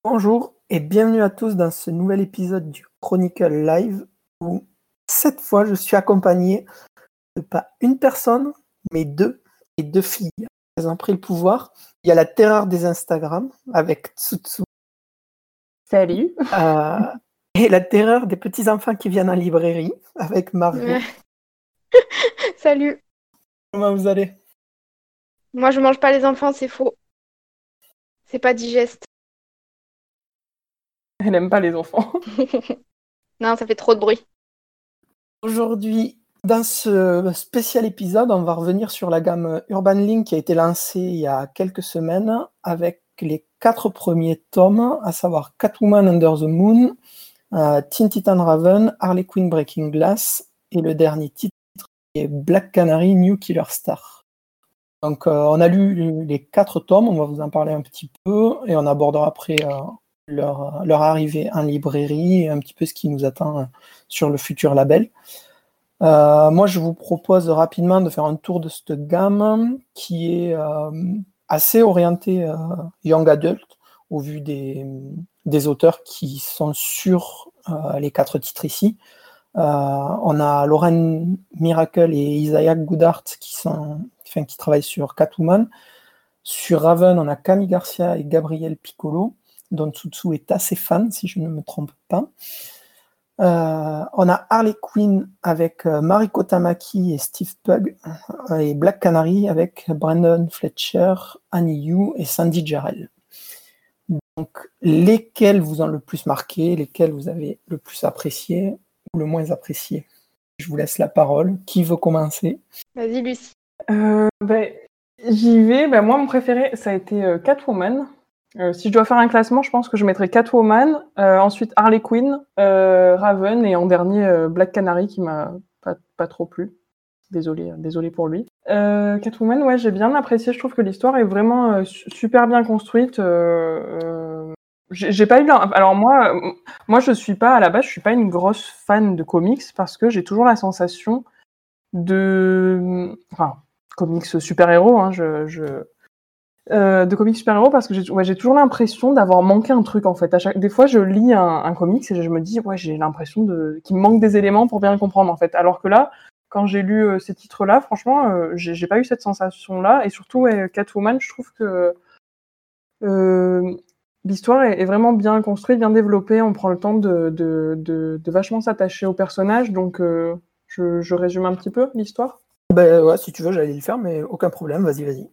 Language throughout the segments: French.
Bonjour et bienvenue à tous dans ce nouvel épisode du Chronicle Live où cette fois je suis accompagné de pas une personne mais deux filles. Elles ont pris le pouvoir. Il y a la terreur des Instagram avec Tsutsu Salut. et la terreur des petits enfants qui viennent en librairie avec Margot. Salut. Comment vous allez? Moi, je mange pas les enfants, c'est faux. C'est pas digeste. Elle aime pas les enfants. Non, ça fait trop de bruit. Aujourd'hui, dans ce spécial épisode, on va revenir sur la gamme Urban Link qui a été lancée il y a quelques semaines avec les 4 premiers tomes, à savoir Catwoman Under the Moon, Teen Titan Raven, Harley Quinn Breaking Glass et le dernier titre qui est Black Canary New Killer Star. Donc on a lu les 4 tomes, on va vous en parler un petit peu et on abordera après leur arrivée en librairie et un petit peu ce qui nous attend sur le futur label. Moi, je vous propose rapidement de faire un tour de cette gamme qui est assez orientée young adult au vu des auteurs qui sont sur les 4 titres ici. On a Lauren Miracle et Isaiah Goodhart qui travaillent sur Catwoman. Sur Raven, on a Camille Garcia et Gabriel Piccolo, dont Tsutsu est assez fan, si je ne me trompe pas. On a Harley Quinn avec Mariko Tamaki et Steve Pugh, et Black Canary avec Brandon Fletcher, Annie Yu et Sandy Jarrell. Donc, lesquels vous ont le plus marqué, lesquels vous avez le plus apprécié ou le moins apprécié? Je vous laisse la parole. Qui veut commencer? Vas-y, Lucie. J'y vais. Moi, mon préféré, ça a été Catwoman. Si je dois faire un classement, je pense que je mettrais Catwoman, ensuite Harley Quinn, Raven et en dernier Black Canary qui m'a pas trop plu. Désolé pour lui. Catwoman, ouais, j'ai bien apprécié. Je trouve que l'histoire est vraiment super bien construite. J'ai pas eu alors moi je suis pas à la base, je suis pas une grosse fan de comics parce que j'ai toujours la sensation comics super-héros, hein, de comics super-héros parce que j'ai toujours l'impression d'avoir manqué un truc en fait. Des fois, je lis un comics et je me dis j'ai l'impression qu'il me manque des éléments pour bien le comprendre en fait. Alors que là, quand j'ai lu ces titres-là, franchement, j'ai pas eu cette sensation-là. Et surtout, Catwoman, je trouve que l'histoire est vraiment bien construite, bien développée. On prend le temps de vachement s'attacher au personnage. Donc, je résume un petit peu l'histoire. Ouais, si tu veux, j'allais le faire, mais aucun problème, vas-y.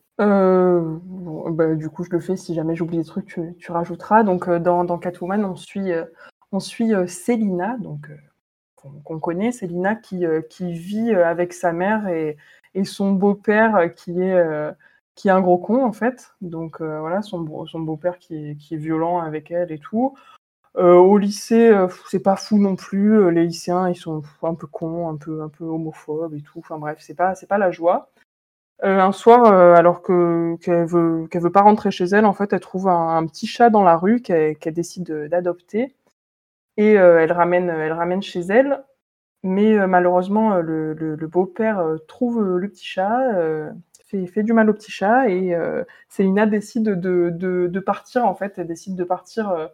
Du coup, je le fais. Si jamais j'oublie des trucs, tu rajouteras. Donc, dans Catwoman, on suit Selina, donc qu'on connaît, Selina qui vit avec sa mère et son beau-père qui est un gros con en fait. Donc voilà, son beau-père qui est violent avec elle et tout. Au lycée, c'est pas fou non plus. Les lycéens, ils sont un peu cons, un peu homophobes et tout. Enfin bref, c'est pas la joie. Un soir, alors qu'elle veut pas rentrer chez elle, en fait, elle trouve un petit chat dans la rue qu'elle décide d'adopter. Et elle ramène chez elle, mais malheureusement le beau-père trouve le petit chat, fait du mal au petit chat et Selina décide de partir en fait. Elle décide de partir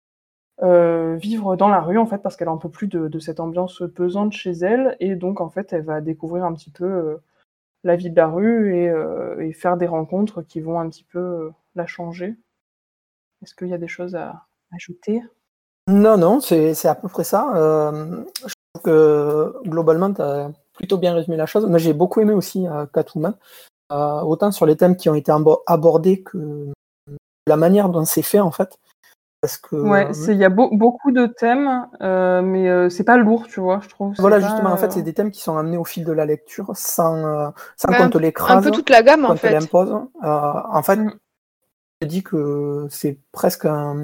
vivre dans la rue en fait parce qu'elle en peut plus de cette ambiance pesante chez elle et donc en fait elle va découvrir un petit peu la vie de la rue et faire des rencontres qui vont un petit peu la changer. Est-ce qu'il y a des choses à ajouter? Non, c'est à peu près ça. Je trouve que globalement, tu as plutôt bien résumé la chose. Moi, j'ai beaucoup aimé aussi Catwoman, autant sur les thèmes qui ont été abordés que la manière dont c'est fait en fait. Parce que il y a beaucoup de thèmes, mais c'est pas lourd, tu vois, je trouve. Voilà, justement, en fait, c'est des thèmes qui sont amenés au fil de la lecture sans qu'on te l'écrase, un peu toute la gamme en fait. Qu'on te l'impose. En fait, je dis que c'est presque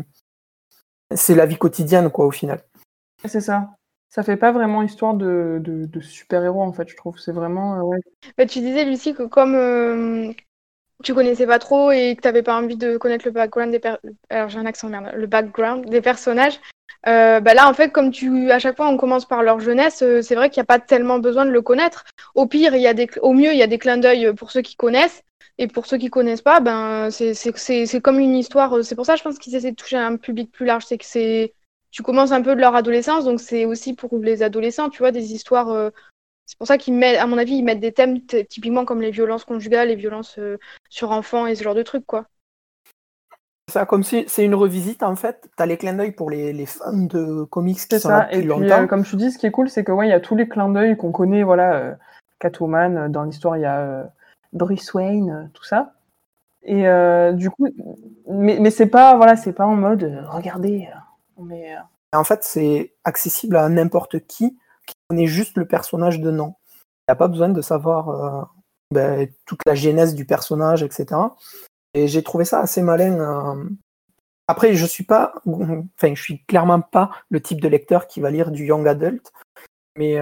c'est la vie quotidienne, quoi, au final. C'est ça. Ça fait pas vraiment histoire de super-héros, en fait, je trouve. C'est vraiment... ouais. Tu disais, Lucie, que comme tu connaissais pas trop et que t'avais pas envie de connaître le background alors j'ai un accent merde, le background des personnages, là en fait comme à chaque fois on commence par leur jeunesse, c'est vrai qu'il n'y a pas tellement besoin de le connaître. Au pire, au mieux il y a des clins d'œil pour ceux qui connaissent, Et pour ceux qui connaissent pas, ben c'est comme une histoire. C'est pour ça, je pense qu'ils essaient de toucher un public plus large. C'est que tu commences un peu de leur adolescence, donc c'est aussi pour les adolescents, tu vois, des histoires. C'est pour ça qu'ils mettent, à mon avis, ils mettent des thèmes typiquement comme les violences conjugales, les violences sur enfants et ce genre de trucs, quoi. Ça, comme si c'est une revisite, en fait, t'as les clins d'œil pour les fans de comics qui C'est sont là ça. Et depuis puis, longtemps. comme tu dis, ce qui est cool, c'est que ouais, il y a tous les clins d'œil qu'on connaît. Voilà, Catwoman, dans l'histoire, il y a Bruce Wayne, tout ça. Et du coup, mais c'est pas, voilà, c'est pas en mode, regardez, mais En fait, c'est accessible à n'importe qui connaît juste le personnage de nom. Il n'y a pas besoin de savoir toute la genèse du personnage, etc. Et j'ai trouvé ça assez malin. Après, je suis clairement pas le type de lecteur qui va lire du young adult, mais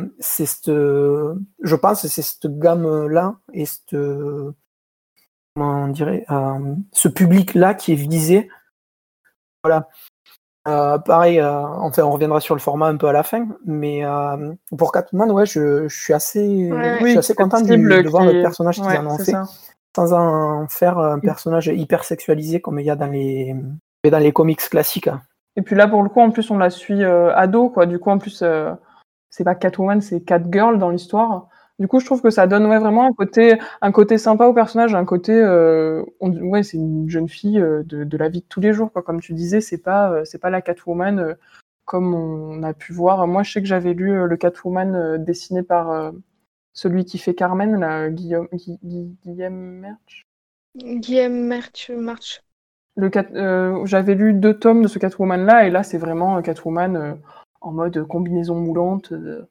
je pense que c'est cette gamme-là et ce public-là qui est visé. Voilà. Pareil, enfin, on reviendra sur le format un peu à la fin, mais pour Catwoman, ouais, je suis assez content de voir le personnage qu'ils en ont fait, ça. sans en faire un personnage hyper sexualisé comme il y a dans les comics classiques. Et puis là, pour le coup, en plus, on la suit ado, quoi. Du coup, en plus, c'est pas Catwoman, c'est Catgirl dans l'histoire. Du coup, je trouve que ça donne vraiment un côté sympa au personnage, un côté, c'est une jeune fille de la vie de tous les jours, quoi. Comme tu disais, c'est pas la Catwoman comme on a pu voir. Moi, je sais que j'avais lu le Catwoman dessiné par celui qui fait Carmen, là, Guillaume Merch. Guillaume March. J'avais lu 2 tomes de ce Catwoman-là, et là, c'est vraiment Catwoman en mode combinaison moulante.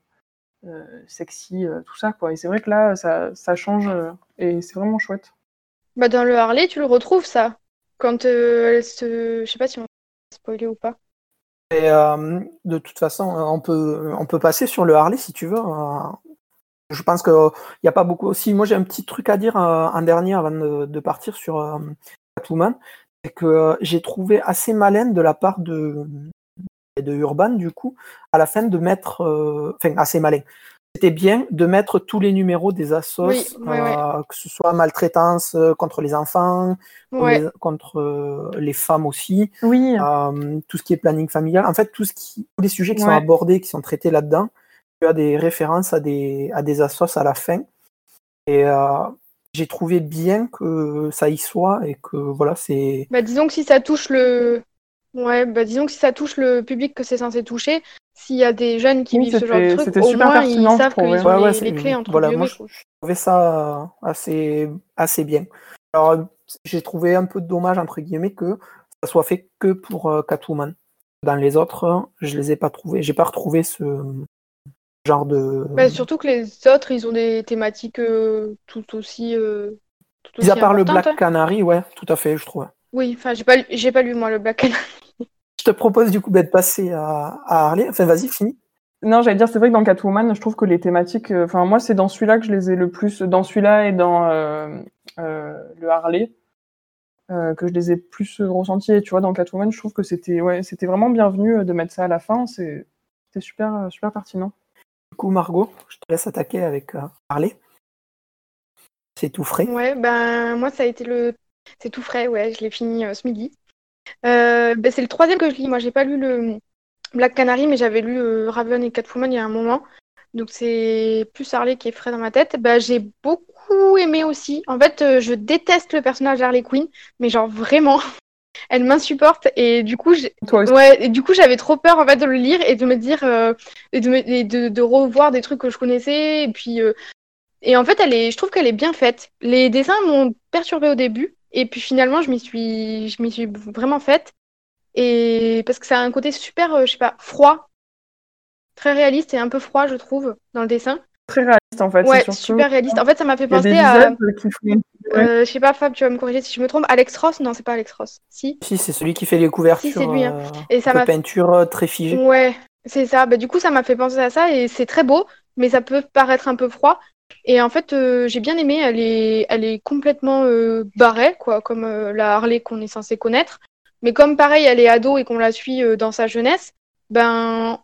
Sexy, tout ça, quoi. Et c'est vrai que là, ça change et c'est vraiment chouette. Bah, dans le Harley, tu le retrouves, ça. Quand elle se... Je sais pas si on va spoiler ou pas. Et de toute façon, on peut passer sur le Harley si tu veux. Je pense qu'il n'y a pas beaucoup aussi. Moi, j'ai un petit truc à dire en dernier avant de partir sur Catwoman. C'est que j'ai trouvé assez malin de la part de Urban, du coup, à la fin de mettre. Assez malin. C'était bien de mettre tous les numéros des assos, que ce soit maltraitance contre les enfants, contre les femmes aussi, Oui. tout ce qui est planning familial. En fait, tous les sujets qui sont abordés, qui sont traités là-dedans, tu as des références à des assos à la fin. Et j'ai trouvé bien que ça y soit et que voilà, c'est. Disons que si ça touche disons que si ça touche le public que c'est censé toucher, s'il y a des jeunes qui vivent ce genre de truc, au moins ils savent qu'ils ont les clés entre guillemets. Moi, je trouvais ça assez bien. Alors, j'ai trouvé un peu dommage entre guillemets que ça soit fait que pour Catwoman. Dans les autres, je les ai pas trouvés. J'ai pas retrouvé ce genre de. Surtout que les autres, ils ont des thématiques tout aussi Mis à part le Black importantes. Canary, ouais, tout à fait, je trouve. Oui, enfin, j'ai pas lu moi le Black Canary. Je te propose du coup de passer à Harley. Enfin, vas-y, finis. Non, j'allais dire, c'est vrai que dans Catwoman, je trouve que les thématiques, moi, c'est dans celui-là que je les ai le plus, dans celui-là et dans le Harley, que je les ai plus ressentis. Et tu vois, dans Catwoman, je trouve que c'était vraiment bienvenu de mettre ça à la fin. C'était super, super pertinent. Du coup, Margot, je te laisse attaquer avec Harley. C'est tout frais. Ouais, moi, ça a été c'est tout frais, ouais, je l'ai fini ce midi. C'est le 3e que je lis. Moi, j'ai pas lu le Black Canary, mais j'avais lu Raven et Catwoman il y a un moment. Donc, c'est plus Harley qui est frais dans ma tête. J'ai beaucoup aimé aussi. En fait, je déteste le personnage d'Harley Quinn, mais genre vraiment, elle m'insupporte. Et du coup, j'avais trop peur en fait de le lire et de me dire et de revoir des trucs que je connaissais. Et puis, et en fait, je trouve qu'elle est bien faite. Les dessins m'ont perturbée au début. Et puis finalement, je m'y suis vraiment faite. Et parce que ça a un côté super, je sais pas, froid, très réaliste et un peu froid, je trouve, dans le dessin. Très réaliste en fait. Ouais, c'est surtout... super réaliste. En fait, ça m'a fait penser à. Je sais pas, Fab, tu vas me corriger si je me trompe. Alex Ross? Non, c'est pas Alex Ross. Si, c'est celui qui fait les couvertures. Si, c'est lui. Et ça de peinture très figée. Ouais, c'est ça. Du coup, ça m'a fait penser à ça et c'est très beau, mais ça peut paraître un peu froid. Et en fait, j'ai bien aimé. Elle est complètement barrée, quoi, comme la Harley qu'on est censé connaître. Mais comme pareil, elle est ado et qu'on la suit dans sa jeunesse,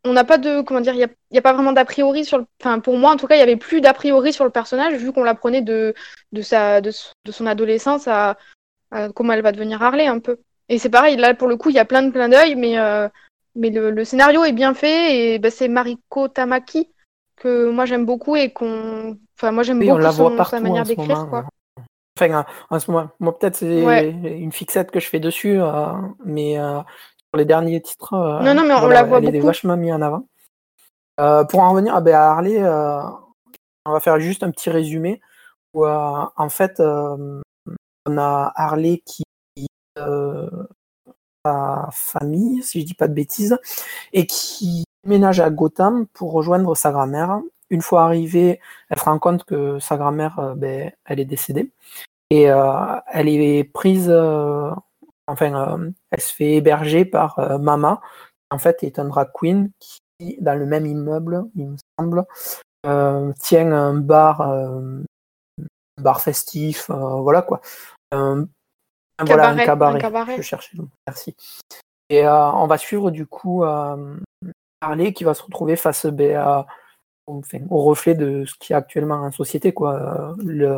on n'a pas de, comment dire, il y a pas vraiment d'a priori sur enfin, pour moi, en tout cas, il y avait plus d'a priori sur le personnage, vu qu'on l'apprenait de son adolescence à comment elle va devenir Harley, un peu. Et c'est pareil, là, pour le coup, il y a plein de clins d'œil, mais le scénario est bien fait, et c'est Mariko Tamaki, que moi, j'aime beaucoup, enfin, moi, j'aime Oui, on beaucoup la voit sa partout manière en ce d'écrire, moment. quoi. Enfin, en ce moment, moi peut-être Ouais. c'est une fixette que je fais dessus, mais sur les derniers titres, Non, non, mais on la voilà, voit elle est beaucoup. vachement mise en avant. Pour en revenir à Harley, on va faire juste un petit résumé où, en fait, on a Harley qui euh, a famille, si je dis pas de bêtises, et qui déménage à Gotham pour rejoindre sa grand-mère. Une fois arrivée, elle se rend compte que sa grand-mère, elle est décédée. Et elle est prise, elle se fait héberger par Mama, qui en fait est un drag queen qui, dans le même immeuble, il me semble, tient un bar festif, voilà quoi. Voilà, un Un cabaret. Je cabaret. cherchais le mot, merci. Et on va suivre du coup Harley qui va se retrouver face au reflet de ce qui est actuellement en société, quoi.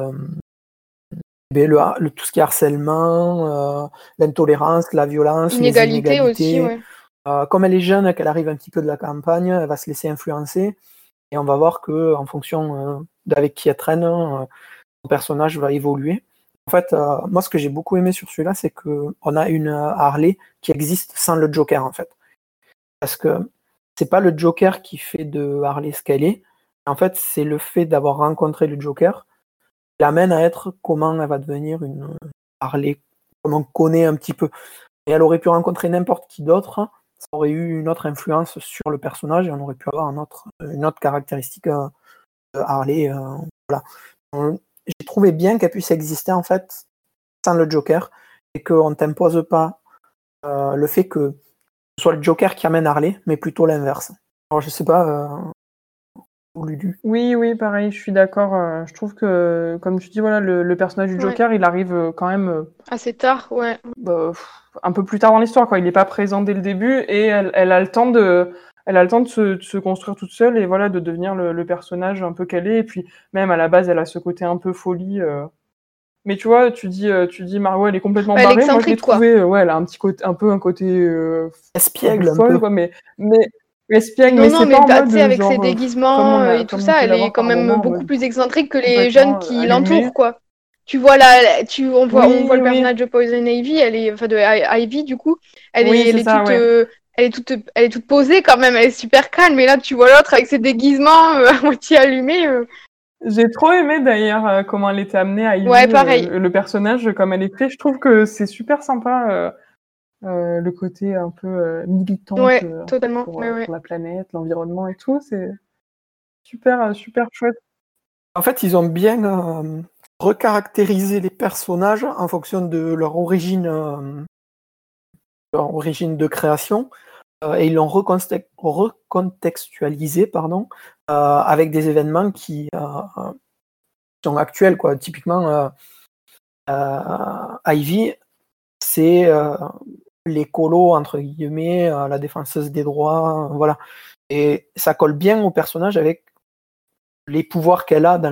Tout ce qui est harcèlement, l'intolérance, la violence, les Inégalité aussi, inégalités. ouais. Comme elle est jeune, qu'elle arrive un petit peu de la campagne, elle va se laisser influencer et on va voir que en fonction d'avec qui elle traîne, son personnage va évoluer. En fait, moi, ce que j'ai beaucoup aimé sur celui-là, c'est qu'on a une Harley qui existe sans le Joker, en fait. Parce que c'est pas le Joker qui fait de Harley ce qu'elle est. En fait, c'est le fait d'avoir rencontré le Joker qui l'amène à être comment elle va devenir une Harley, comme on connaît un petit peu. Et elle aurait pu rencontrer n'importe qui d'autre, ça aurait eu une autre influence sur le personnage et on aurait pu avoir une autre caractéristique de Harley. Voilà. J'ai trouvé bien qu'elle puisse exister en fait sans le Joker et qu'on ne t'impose pas le fait que ce soit le Joker qui amène Harley, mais plutôt l'inverse. Alors je sais pas, Lulu. Oui, oui, pareil, je suis d'accord. Je trouve que, comme tu dis, voilà, le personnage du Ouais. Joker, il arrive quand même Assez tard, ouais. un peu plus tard dans l'histoire, quoi. Il n'est pas présent dès le début et elle a le temps de se construire toute seule et voilà, de devenir le personnage un peu qu'elle est. Et puis, même à la base, elle a ce côté un peu folie. Mais tu vois, tu dis Margot, elle est complètement Elle est barrée. Moi, je l'ai excentrique, quoi. trouvée, ouais, elle a un petit côté, un peu un peu Espiègle un folle, peu. quoi. Mais espiègle, Non, mais non, c'est mais pas en tu sais, mode avec ses genre déguisements et tout comme on ça, peut elle est l'avoir quand par même moment en beaucoup mode plus excentrique que les jeunes complètement qui allumée. l'entourent, quoi. Tu vois là, on voit Oui, le oui, personnage de Poison Ivy, enfin de Ivy du coup, oui, c'est ça, ouais. elle est toute posée quand même, elle est super calme. Et là, tu vois l'autre avec ses déguisements à moitié allumés. J'ai trop aimé d'ailleurs comment elle était amenée à Ouais, Ivy, pareil. le personnage comme elle est fait. Je trouve que c'est super sympa le côté un peu militante Ouais, totalement. Ouais, ouais. pour la planète, l'environnement et tout. C'est super super chouette. En fait, ils ont bien recaractérisé les personnages en fonction de leur origine de création, et ils l'ont recontextualisé, pardon, avec des événements qui sont actuels, quoi. Typiquement, Ivy, c'est l'écolo, entre guillemets, la défenseuse des droits, voilà. Et ça colle bien au personnage avec les pouvoirs qu'elle a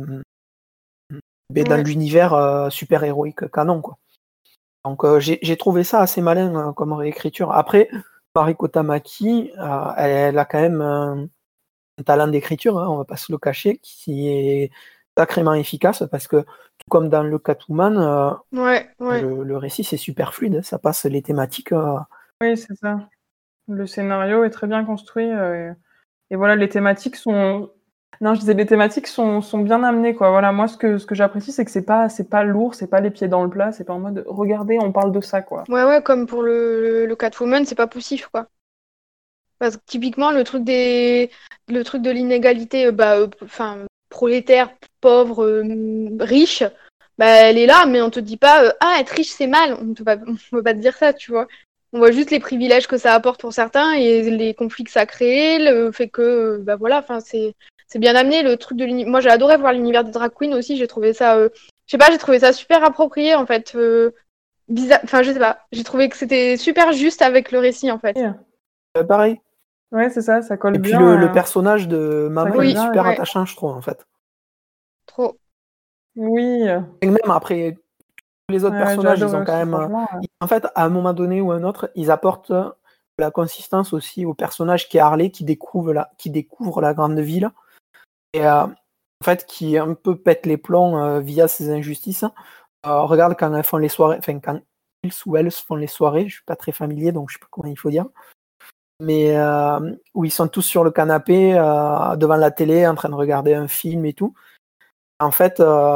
dans Ouais. l'univers super-héroïque canon, quoi. Donc j'ai trouvé ça assez malin comme réécriture. Après, Mariko Tamaki, elle a quand même un talent d'écriture, hein, on va pas se le cacher, qui est sacrément efficace parce que tout comme dans le Catwoman, Ouais, ouais. le récit c'est super fluide, hein, ça passe les thématiques. Oui, c'est ça. Le scénario est très bien construit et voilà, les thématiques sont non, je disais les thématiques sont bien amenées, quoi. Voilà, moi ce que j'apprécie, c'est que c'est pas lourd, c'est pas les pieds dans le plat, c'est pas en mode: «Regardez, on parle de ça», quoi. Ouais, ouais, comme pour le Catwoman, c'est pas poussif, quoi. Parce que typiquement, le truc de l'inégalité, enfin, prolétaire, pauvre, riche, bah, elle est là, mais on te dit pas, ah, être riche, c'est mal. On peut pas te dire ça, tu vois. On voit juste les privilèges que ça apporte pour certains et les conflits que ça crée, le fait que, bah voilà, enfin, c'est bien amené, le truc de l'univers. Moi, j'ai adoré voir l'univers des drag queens aussi, j'ai trouvé ça, je sais pas, j'ai trouvé ça super approprié, en fait. Bizarre, enfin, je sais pas, j'ai trouvé que c'était super juste avec le récit, en fait. Pareil, Ouais, c'est ça, ça colle Et puis bien. le personnage de maman colle il est bien, super ouais. attachant, je trouve, en fait. Trop. Oui, Et même après, les autres ouais, j'ai personnages, ils adoré ont quand aussi, même... franchement. En fait, à un moment donné ou un autre, ils apportent de la consistance aussi au personnage qui est Harley, qui découvre la grande ville, et en fait, qui un peu pète les plombs via ses injustices. Regarde quand elles font les soirées, enfin, quand ils ou elles font les soirées, je suis pas très familier, donc je sais pas comment il faut dire, mais où ils sont tous sur le canapé, devant la télé, en train de regarder un film et tout. En fait,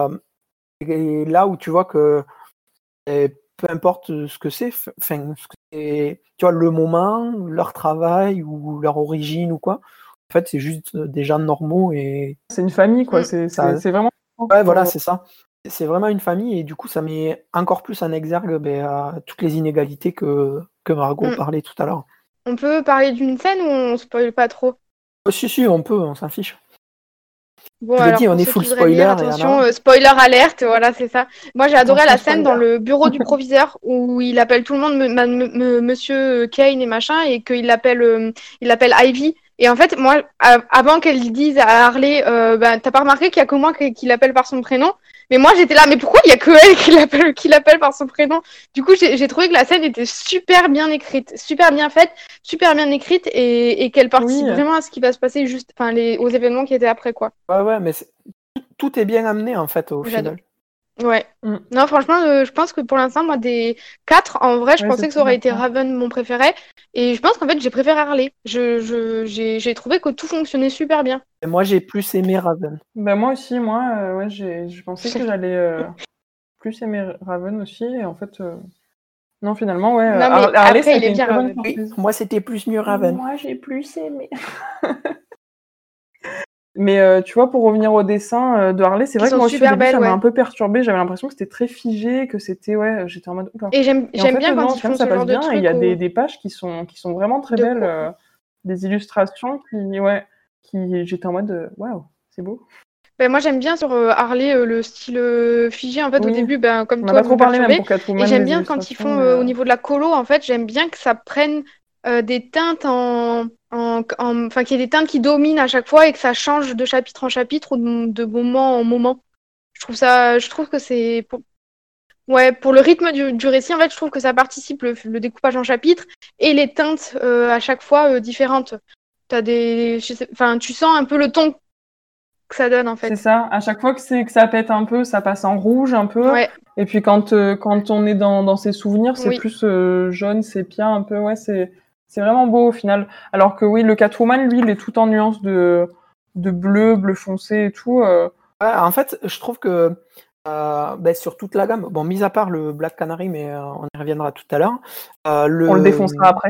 et là où tu vois que peu importe ce que c'est, enfin, tu vois, le moment, leur travail ou leur origine ou quoi, en fait, c'est juste des gens normaux et C'est une famille, quoi. Mm. C'est vraiment. ouais, voilà, c'est ça. C'est vraiment une famille et du coup, ça met encore plus en exergue toutes les inégalités que Margot Mm. parlait tout à l'heure. On peut parler d'une scène où on spoil pas trop? Si, on peut, on s'en fiche. Bon, Je le alors dis, on pour est ceux full qui voudraient lire, spoiler et attention, Anna. spoiler alerte, voilà, c'est ça. Moi, j'ai adoré la Attention, scène dans spoiler. le bureau du proviseur où il appelle tout le monde Monsieur Kane et machin, et il l'appelle Ivy. Et en fait, moi, avant qu'elle dise à Harley, t'as pas remarqué qu'il y a que moi qui l'appelle par son prénom? Mais moi, j'étais là, mais pourquoi il y a que elle qui l'appelle par son prénom? Du coup, j'ai trouvé que la scène était super bien écrite, super bien faite, super bien écrite, et qu'elle participe Oui, vraiment à ce qui va se passer juste, enfin, aux événements qui étaient après, quoi. Ouais, mais tout est bien amené en fait au J'adore. final. Ouais. mm. Non, franchement, je pense que pour l'instant, moi, des 4, en vrai, je Ouais, pensais c'est que ça aurait été super. Raven mon préféré. Et je pense qu'en fait, j'ai préféré Harley. J'ai trouvé que tout fonctionnait super bien. Et moi, j'ai plus aimé Raven. Ben, moi aussi, ouais, je pensais que j'allais plus aimer Raven aussi. Et en fait, non, finalement, ouais. Non, mais Harley, ça après, a il été est une bien, très bonne Raven. Oui, surprise. moi, c'était plus mieux Raven. Moi, j'ai plus aimé. Mais tu vois, pour revenir au dessin de Harley, c'est Qui vrai que sont moi aussi, au super début, belles, ça m'a un ouais. peu perturbée. J'avais l'impression que c'était très figé, que c'était, ouais, j'étais en mode, oula. Et Et en j'aime fait, bien quand non, au ils final, font ça ce passe genre de bien. Et il y truc a des pages qui sont vraiment très de belles, quoi. des illustrations ouais, j'étais en mode, waouh, c'est beau. Ben, moi, j'aime bien sur Harley le style figé. En fait, au Oui, début, ben, comme on n'a toi, pas il trop me parlé même perturbait. pour Et Catwoman j'aime des bien quand ils illustrations, font mais au niveau de la colo, en fait, j'aime bien que ça prenne des teintes enfin, qu'il y ait des teintes qui dominent à chaque fois et que ça change de chapitre en chapitre ou de moment en moment. Je trouve que c'est ouais, pour le rythme du récit, en fait, je trouve que ça participe le découpage en chapitres et les teintes à chaque fois différentes. Enfin, tu sens un peu le ton que ça donne, en c'est fait. ça. À chaque fois que ça pète un peu, ça passe en rouge un peu. Ouais, Et puis quand on est dans ses souvenirs, c'est oui. plus jaune, sépia un peu. Ouais, c'est vraiment beau au final. Alors que oui, le Catwoman, lui, il est tout en nuances de bleu foncé et tout. Ouais, en fait, je trouve que sur toute la gamme, bon, mis à part le Black Canary, mais on y reviendra tout à l'heure, On le défoncera après.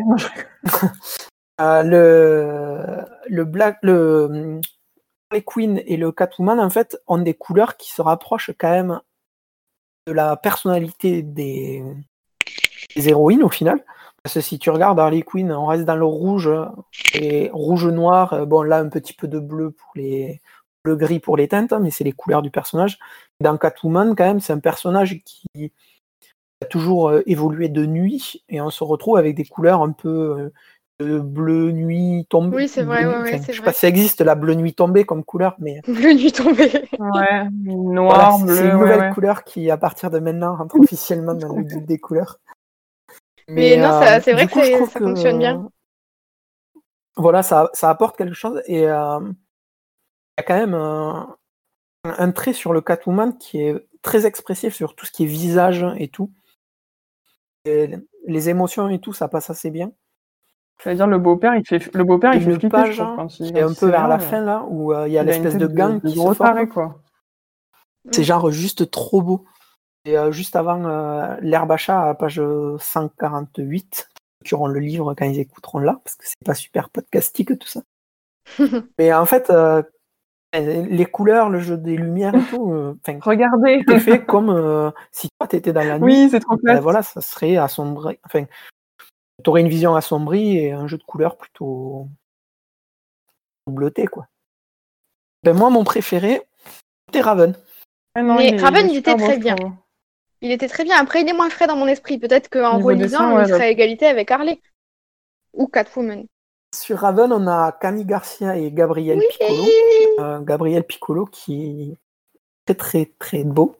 le Harley Quinn et le Catwoman, en fait, ont des couleurs qui se rapprochent quand même de la personnalité des héroïnes au final. Parce que si tu regardes Harley Quinn, on reste dans le rouge et rouge-noir. Bon, là, un petit peu de bleu pour le gris pour les teintes, mais c'est les couleurs du personnage. Dans Catwoman, quand même, c'est un personnage qui a toujours évolué de nuit et on se retrouve avec des couleurs un peu bleu nuit tombé. Oui, c'est vrai, ouais, Enfin, c'est je sais pas vrai. si ça existe la bleu nuit tombée comme couleur, mais Bleu nuit tombée. Ouais, voilà, noir, c'est bleu, une ouais, nouvelle ouais. couleur qui, à partir de maintenant, rentre officiellement dans le guide des couleurs. Mais Mais non, c'est vrai du que coup, je trouve ça que fonctionne bien. voilà, ça apporte quelque chose et il y a quand même un trait sur le Catwoman qui est très expressif sur tout ce qui est visage et tout. Et les émotions et tout, ça passe assez bien. J'allais dire, le beau-père, il fait Une flipper, je page trouve, qui est quand un il peu vers la s'énerve. fin là, où il y a Il a une l'espèce tête de gang de qui se gros taré, forme. quoi. C'est Mm. genre juste trop beau. Et juste avant l'herbe achat, à page 148, qui auront le livre quand ils écouteront là, parce que c'est pas super podcastique tout ça. Mais en fait, les couleurs, le jeu des lumières et tout, Regardez. tout est fait comme si toi t'étais dans la nuit. Oui, c'est trop classe. Voilà, ça serait assombri. Enfin, t'aurais une vision assombrie et un jeu de couleurs plutôt bleuté, quoi. Moi, mon préféré, c'était Raven. Ah non, Mais il Raven, est il était super beau, très je bien. trouve. Il était très bien. Après, il est moins frais dans mon esprit. Peut-être qu'en Niveau relisant, dessin, il ouais, serait à égalité avec Harley ou Catwoman. Sur Raven, on a Camille Garcia et Gabriel Piccolo. Gabriel Piccolo qui est très très très beau.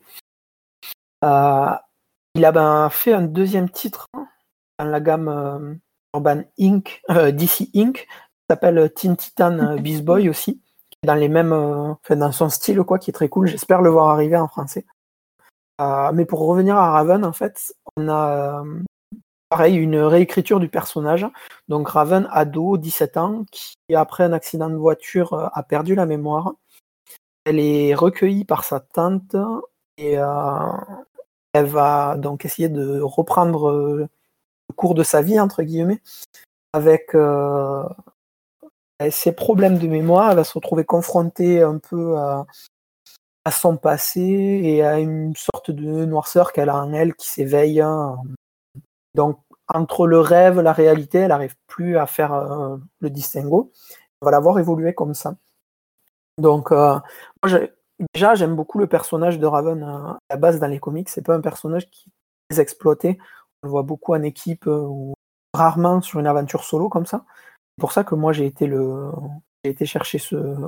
Il a fait un deuxième titre dans la gamme Urban Inc., DC Inc., qui s'appelle Teen Titan Beast Boy aussi, qui est dans les mêmes, dans son style quoi, qui est très cool. J'espère le voir arriver en français. Mais pour revenir à Raven, en fait, on a pareil une réécriture du personnage. Donc Raven, ado, 17 ans, qui après un accident de voiture a perdu la mémoire. Elle est recueillie par sa tante et elle va donc essayer de reprendre le cours de sa vie, entre guillemets, avec ses problèmes de mémoire. Elle va se retrouver confrontée un peu à son passé et à une sorte de noirceur qu'elle a en elle qui s'éveille. Donc, entre le rêve et la réalité, elle n'arrive plus à faire le distinguo. On va la voir évoluer comme ça. Donc, moi, déjà, j'aime beaucoup le personnage de Raven à la base dans les comics. C'est pas un personnage qui est très exploité. On le voit beaucoup en équipe ou rarement sur une aventure solo comme ça. C'est pour ça que moi, j'ai été chercher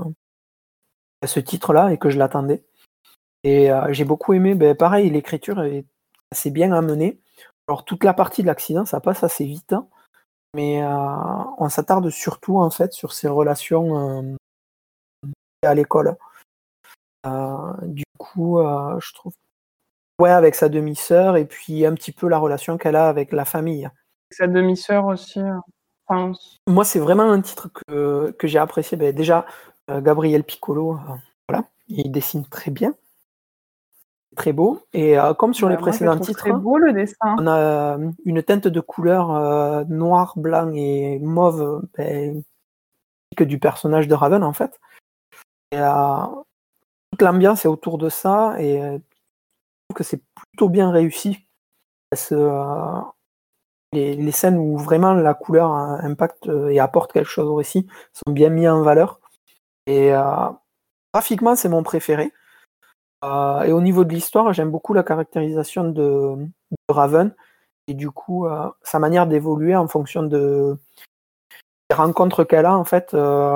ce titre-là et que je l'attendais. Et j'ai beaucoup aimé, pareil, l'écriture est assez bien amenée. Alors, toute la partie de l'accident, ça passe assez vite, hein, mais on s'attarde surtout en fait sur ses relations à l'école. Du coup, je trouve avec sa demi-sœur et puis un petit peu la relation qu'elle a avec la famille. Sa demi-sœur aussi. Moi, c'est vraiment un titre que j'ai apprécié. Déjà, Gabriel Piccolo, voilà, il dessine très bien, très beau. Et comme sur les précédents titres, très beau le dessin. On a une teinte de couleur noir, blanc et mauve que du personnage de Raven en fait. Et toute l'ambiance est autour de ça et je trouve que c'est plutôt bien réussi. Parce que les scènes où vraiment la couleur impacte et apporte quelque chose au récit sont bien mis en valeur. Et graphiquement, c'est mon préféré. Et au niveau de l'histoire, j'aime beaucoup la caractérisation de Raven. Et du coup, sa manière d'évoluer en fonction des rencontres qu'elle a, en fait,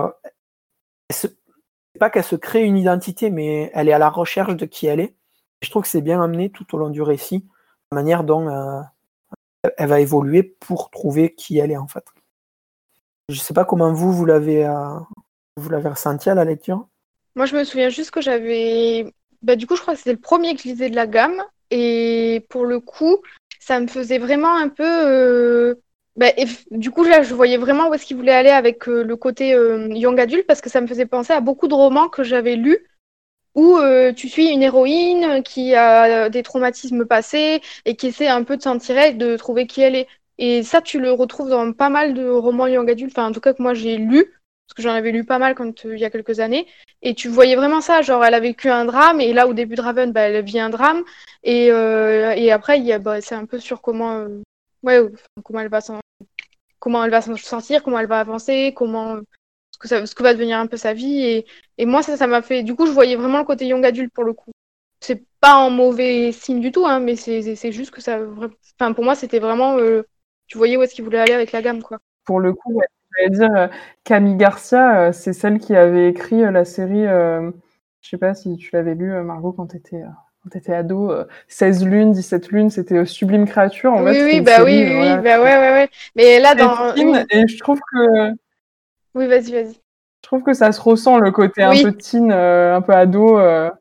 c'est pas qu'elle se crée une identité, mais elle est à la recherche de qui elle est. Et je trouve que c'est bien amené tout au long du récit, la manière dont elle va évoluer pour trouver qui elle est, en fait. Je sais pas comment vous l'avez ressenti à la lecture. Moi, je me souviens juste que j'avais... du coup, je crois que c'était le premier que je lisais de la gamme. Et pour le coup, ça me faisait vraiment un peu... du coup, là, je voyais vraiment où est-ce qu'il voulait aller avec le côté young adulte, parce que ça me faisait penser à beaucoup de romans que j'avais lus, où tu suis une héroïne qui a des traumatismes passés et qui essaie un peu de s'en tirer et de trouver qui elle est. Et ça, tu le retrouves dans pas mal de romans young adultes, enfin, en tout cas que moi j'ai lu, parce que j'en avais lu pas mal quand il y a quelques années. Et tu voyais vraiment ça, genre elle a vécu un drame, et là au début de Raven, elle vit un drame, et après, c'est un peu sur comment, comment elle va s'en sortir, comment elle va avancer, ce que va devenir un peu sa vie. Et moi, ça m'a fait. Du coup, je voyais vraiment le côté young adulte pour le coup. C'est pas un mauvais signe du tout, hein, mais c'est juste que ça. Enfin, pour moi, c'était vraiment. Tu voyais où est-ce qu'il voulait aller avec la gamme, quoi. Pour le coup, j'allais dire, Camille Garcia, c'est celle qui avait écrit la série. Je sais pas si tu l'avais lu, Margot, quand t'étais ado. 16 lunes, 17 lunes, c'était Sublime Créature. En fait, Oui, série, ouais. Mais là, dans. Teen, et je trouve que. Oui, vas-y. Je trouve que ça se ressent, le côté un peu teen, un peu ado.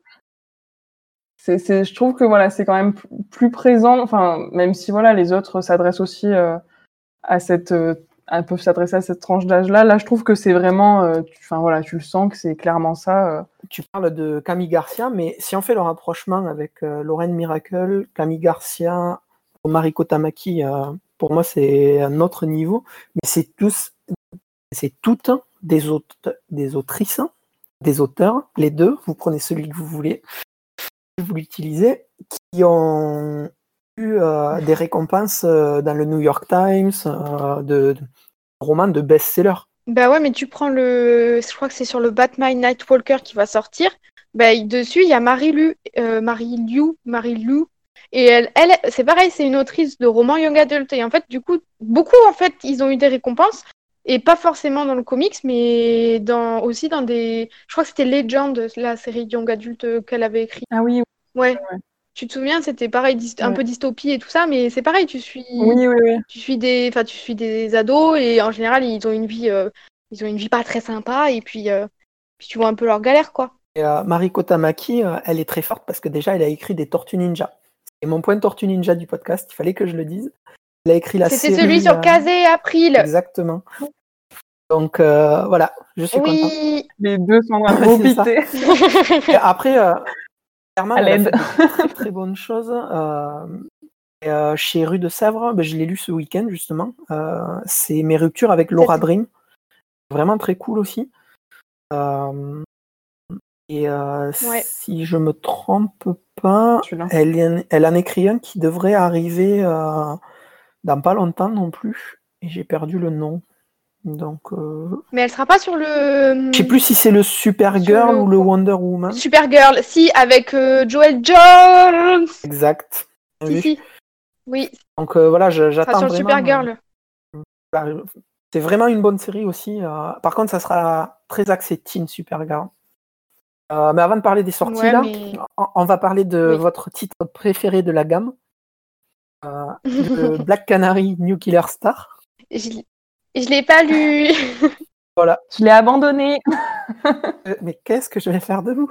Je trouve que voilà, c'est quand même plus présent. Enfin, même si voilà, les autres s'adressent aussi à cette, peuvent s'adresser à cette tranche d'âge-là. Là, je trouve que c'est vraiment, tu le sens que c'est clairement ça. Tu parles de Camille Garcia, mais si on fait le rapprochement avec Lorraine Miracle, Camille Garcia, Mariko Tamaki, pour moi c'est un autre niveau. Mais c'est toutes des autrices, des auteurs, les deux. Vous prenez celui que vous voulez. Vous l'utilisez, qui ont eu des récompenses dans le New York Times, de romans de best-seller. Ouais, mais tu prends je crois que c'est sur le Batman Nightwalker qui va sortir. Dessus, il y a Marie-Lou. Et elle, c'est pareil, c'est une autrice de romans young adult. Et en fait, du coup, beaucoup, en fait, ils ont eu des récompenses Et pas forcément dans le comics, mais aussi dans des... Je crois que c'était Legend, la série young adulte qu'elle avait écrite. Ah oui, Ouais. ouais. Tu te souviens, c'était pareil, un Ouais. peu dystopie et tout ça, mais c'est pareil, tu suis des ados et en général, ils ont une vie pas très sympa et puis tu vois un peu leur galère, quoi. Et Mariko Tamaki, elle est très forte parce que déjà, elle a écrit des Tortues Ninja. Et mon point de Tortue Ninja du podcast, il fallait que je le dise. Elle a écrit la C'était série... celui sur Kazé April. Exactement. Donc voilà, je suis content. Oui. Les deux sont en train de C'est ça. profiter. Et après, clairement, À elle a l'aide. fait de très très bonnes choses. Chez Rue de Sèvres, je l'ai lu ce week-end justement. C'est Mes ruptures avec Laura Dream. Vraiment très cool aussi. Et Ouais. si je me trompe pas, Celui-là. elle en écrit un qui devrait arriver dans pas longtemps non plus. Et j'ai perdu le nom. Donc, Mais elle sera pas sur le... je sais plus si c'est le Supergirl ou le Wonder Woman. Supergirl, si, avec Joel Jones. Exact. Si. Oui. Donc voilà, j'attends sur vraiment. Supergirl. C'est vraiment une bonne série aussi. Par contre, ça sera très axé teen Supergirl. Mais avant de parler des sorties, on va parler de votre titre préféré de la gamme. Le Black Canary New Killer Star. Je l'ai pas lu. Voilà. Je l'ai abandonné. Mais qu'est-ce que je vais faire de vous?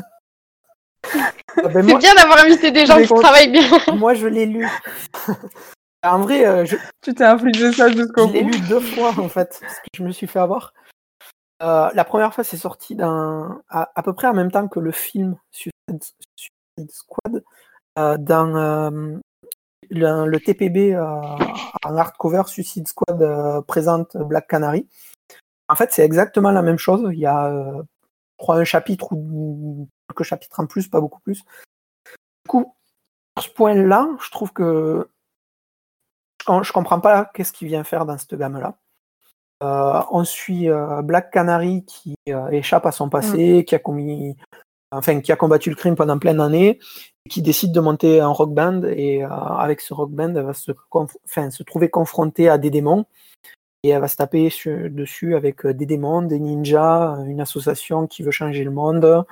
C'est bien d'avoir invité des gens qui travaillent bien. Moi, je l'ai lu. En vrai, tu t'es infligé ça jusqu'au bout. Je l'ai lu 2 fois, en fait, parce que je me suis fait avoir. La première fois, c'est sorti à peu près en même temps que le film Suicide Squad, dans le TPB en hardcover. Suicide Squad présente Black Canary. En fait, c'est exactement la même chose. Il y a un chapitre ou quelques chapitres en plus, pas beaucoup plus. Du coup, sur ce point-là, je trouve que je comprends pas qu'est-ce qu'il vient faire dans cette gamme-là. On suit Black Canary qui échappe à son passé, qui a combattu le crime pendant plein d'années, qui décide de monter un rock band, et avec ce rock band, elle va se trouver confrontée à des démons, et elle va se taper dessus avec des démons, des ninjas, une association qui veut changer le monde.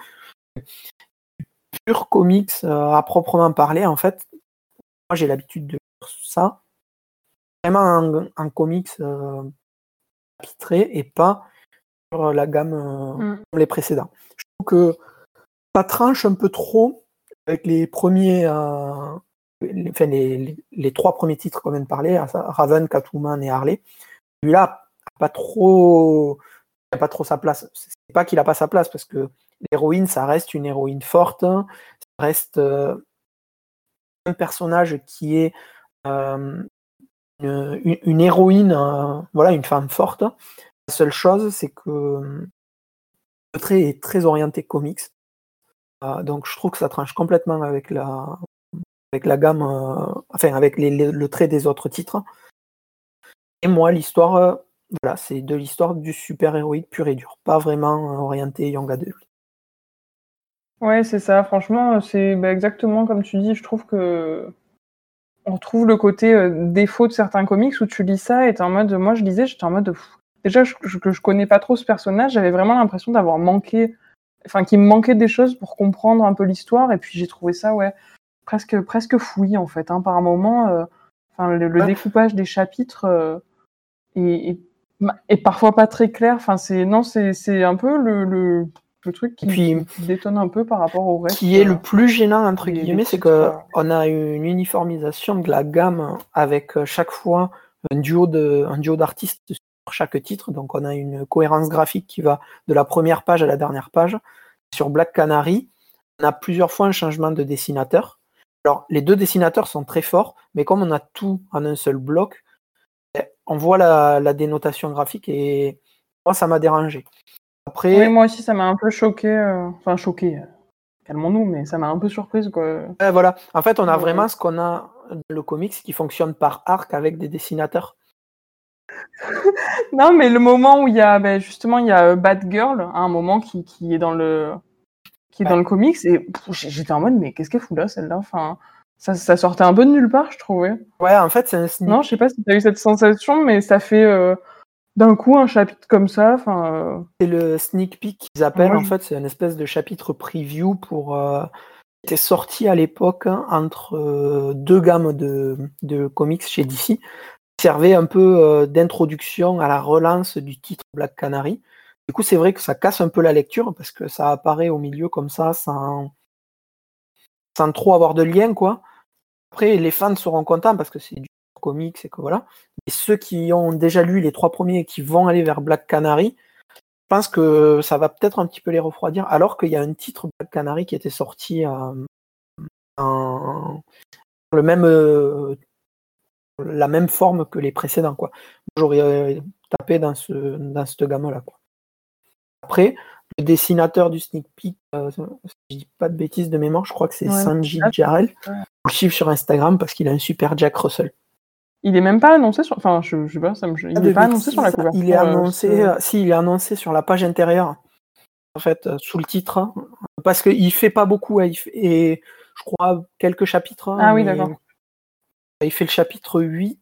Pur comics à proprement parler, en fait. Moi, j'ai l'habitude de lire ça. Vraiment en comics chapitré et pas sur la gamme comme les précédents. Je trouve que ça tranche un peu trop avec les premiers, les 3 premiers titres qu'on vient de parler, Raven, Catwoman et Harley. Celui-là n'a pas trop sa place. C'est pas qu'il n'a pas sa place, parce que l'héroïne, ça reste une héroïne forte, ça reste un personnage qui est une héroïne, voilà, une femme forte. La seule chose, c'est que le trait est très orienté comics. Donc je trouve que ça tranche complètement avec la gamme, avec le trait des autres titres. Et moi, l'histoire, voilà, c'est de l'histoire du super-héroïque pur et dur, pas vraiment orienté young adult. Ouais, c'est ça. Franchement, c'est exactement comme tu dis. Je trouve que on retrouve le côté défaut de certains comics où tu lis ça et t'es en mode... Moi, je lisais, j'étais en mode... Déjà, je connais pas trop ce personnage, j'avais vraiment l'impression d'avoir manqué... Enfin, qu'il me manquait des choses pour comprendre un peu l'histoire, et puis j'ai trouvé ça, presque fouillis, en fait. Hein. Par moment, le découpage des chapitres est parfois pas très clair. Enfin, c'est un peu le truc qui détonne un peu par rapport au reste. Qui est le plus gênant, entre guillemets, c'est qu'on a une uniformisation de la gamme avec chaque fois un duo d'artistes sur chaque titre. Donc on a une cohérence graphique qui va de la première page à la dernière page. Sur Black Canary, on a plusieurs fois un changement de dessinateur. Alors les 2 dessinateurs sont très forts, mais comme on a tout en un seul bloc, on voit la dénotation graphique, et moi ça m'a dérangé. Après, oui, moi aussi ça m'a un peu choqué, calmons-nous, mais ça m'a un peu surprise, quoi. Voilà, en fait on a vraiment ce qu'on a dans le comics qui fonctionne par arc avec des dessinateurs. Non, mais le moment où il y a justement il y a Batgirl à un moment qui est dans le dans le comics, et j'étais en mode mais qu'est-ce qu'elle fout là, celle-là, enfin ça sortait un peu de nulle part, je trouvais. Ouais, en fait c'est un non, je sais pas si t'as eu cette sensation, mais ça fait d'un coup, un chapitre comme ça, C'est le sneak peek qu'ils appellent, Ouais. en fait, c'est une espèce de chapitre preview qui était sorti à l'époque entre deux gammes de comics chez DC, qui servait un peu d'introduction à la relance du titre Black Canary. Du coup, c'est vrai que ça casse un peu la lecture parce que ça apparaît au milieu comme ça, sans trop avoir de lien, quoi. Après, les fans seront contents parce que c'est du comics et que voilà. Et ceux qui ont déjà lu les 3 premiers et qui vont aller vers Black Canary, je pense que ça va peut-être un petit peu les refroidir, alors qu'il y a un titre Black Canary qui était sorti en le même, la même forme que les précédents, quoi. J'aurais tapé dans cette gamme-là, quoi. Après, le dessinateur du sneak peek, si je dis pas de bêtises de mémoire, je crois que c'est Sanji Jarrell. Ouais. On le suivre sur Instagram parce qu'il a un super Jack Russell. Il est même pas annoncé sur. Enfin, je sais pas, il n'est pas annoncé sur la couverture. Il est annoncé, si, il est annoncé sur la page intérieure, en fait, sous le titre, parce qu'il fait pas beaucoup, et je crois quelques chapitres. Ah oui, d'accord. Il fait le chapitre 8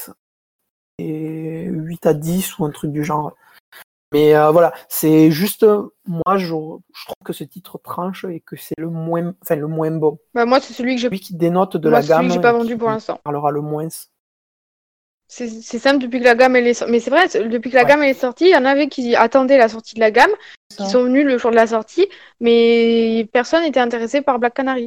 et 8 à 10 ou un truc du genre. Mais voilà, c'est juste, moi, je trouve que ce titre tranche et que c'est le moins bon. Bah, moi, c'est celui que j'ai. Celui qui dénote de Moi, la c'est celui gamme que j'ai pas et vendu qui pour l'instant. parlera le moins. C'est simple, depuis que la gamme elle est sortie. Mais c'est vrai, depuis que la gamme elle est sortie, il y en avait qui attendaient la sortie de la gamme, qui sont venus le jour de la sortie, mais personne n'était intéressé par Black Canary.